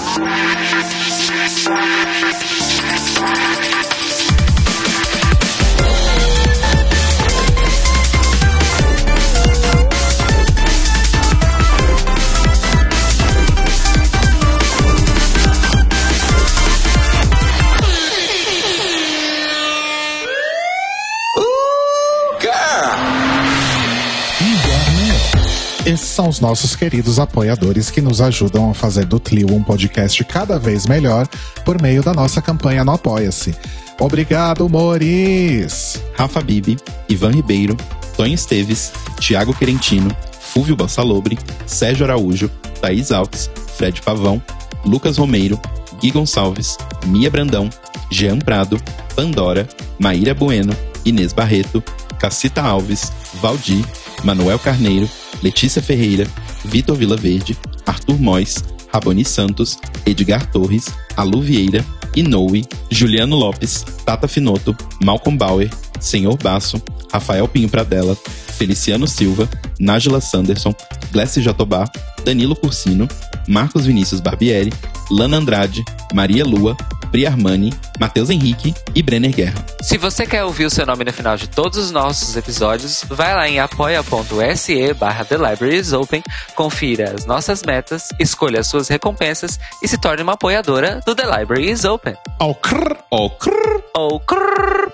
Esses são os nossos queridos apoiadores que nos ajudam a fazer do Tlio um podcast cada vez melhor por meio da nossa campanha no Apoia-se. Obrigado, Moris! Rafa Bibi, Ivan Ribeiro, Tonho Esteves, Thiago Querentino, Fúvio Bassalobre, Sérgio Araújo, Thaís Alves, Fred Pavão, Lucas Romeiro, Gui Gonçalves, Mia Brandão, Jean Prado, Pandora, Maíra Bueno, Inês Barreto, Cacita Alves, Valdir, Manuel Carneiro, Letícia Ferreira, Vitor Vilaverde, Arthur Mois, Raboni Santos, Edgar Torres, Alu Vieira, Inoue, Juliano Lopes, Tata Finoto, Malcolm Bauer, Senhor Basso, Rafael Pinho Pradella, Feliciano Silva, Nájila Sanderson, Glessi Jatobá, Danilo Cursino, Marcos Vinícius Barbieri, Lana Andrade, Maria Lua, Pri Armani, Matheus Henrique e Brenner Guerra. Se você quer ouvir o seu nome no final de todos os nossos episódios, vai lá em apoia.se barra The Libraries Open, confira as nossas metas, escolha as suas recompensas e se torne uma apoiadora do The Libraries Open. Oh, crrr, oh, crrr. Oh, crrr.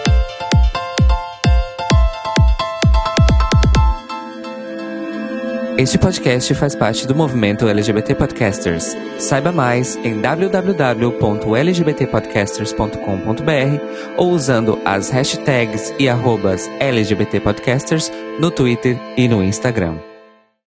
Este podcast faz parte do movimento L G B T Podcasters. Saiba mais em w w w ponto l g b t podcasters ponto com ponto b r ou usando as hashtags e arrobas L G B T Podcasters no Twitter e no Instagram.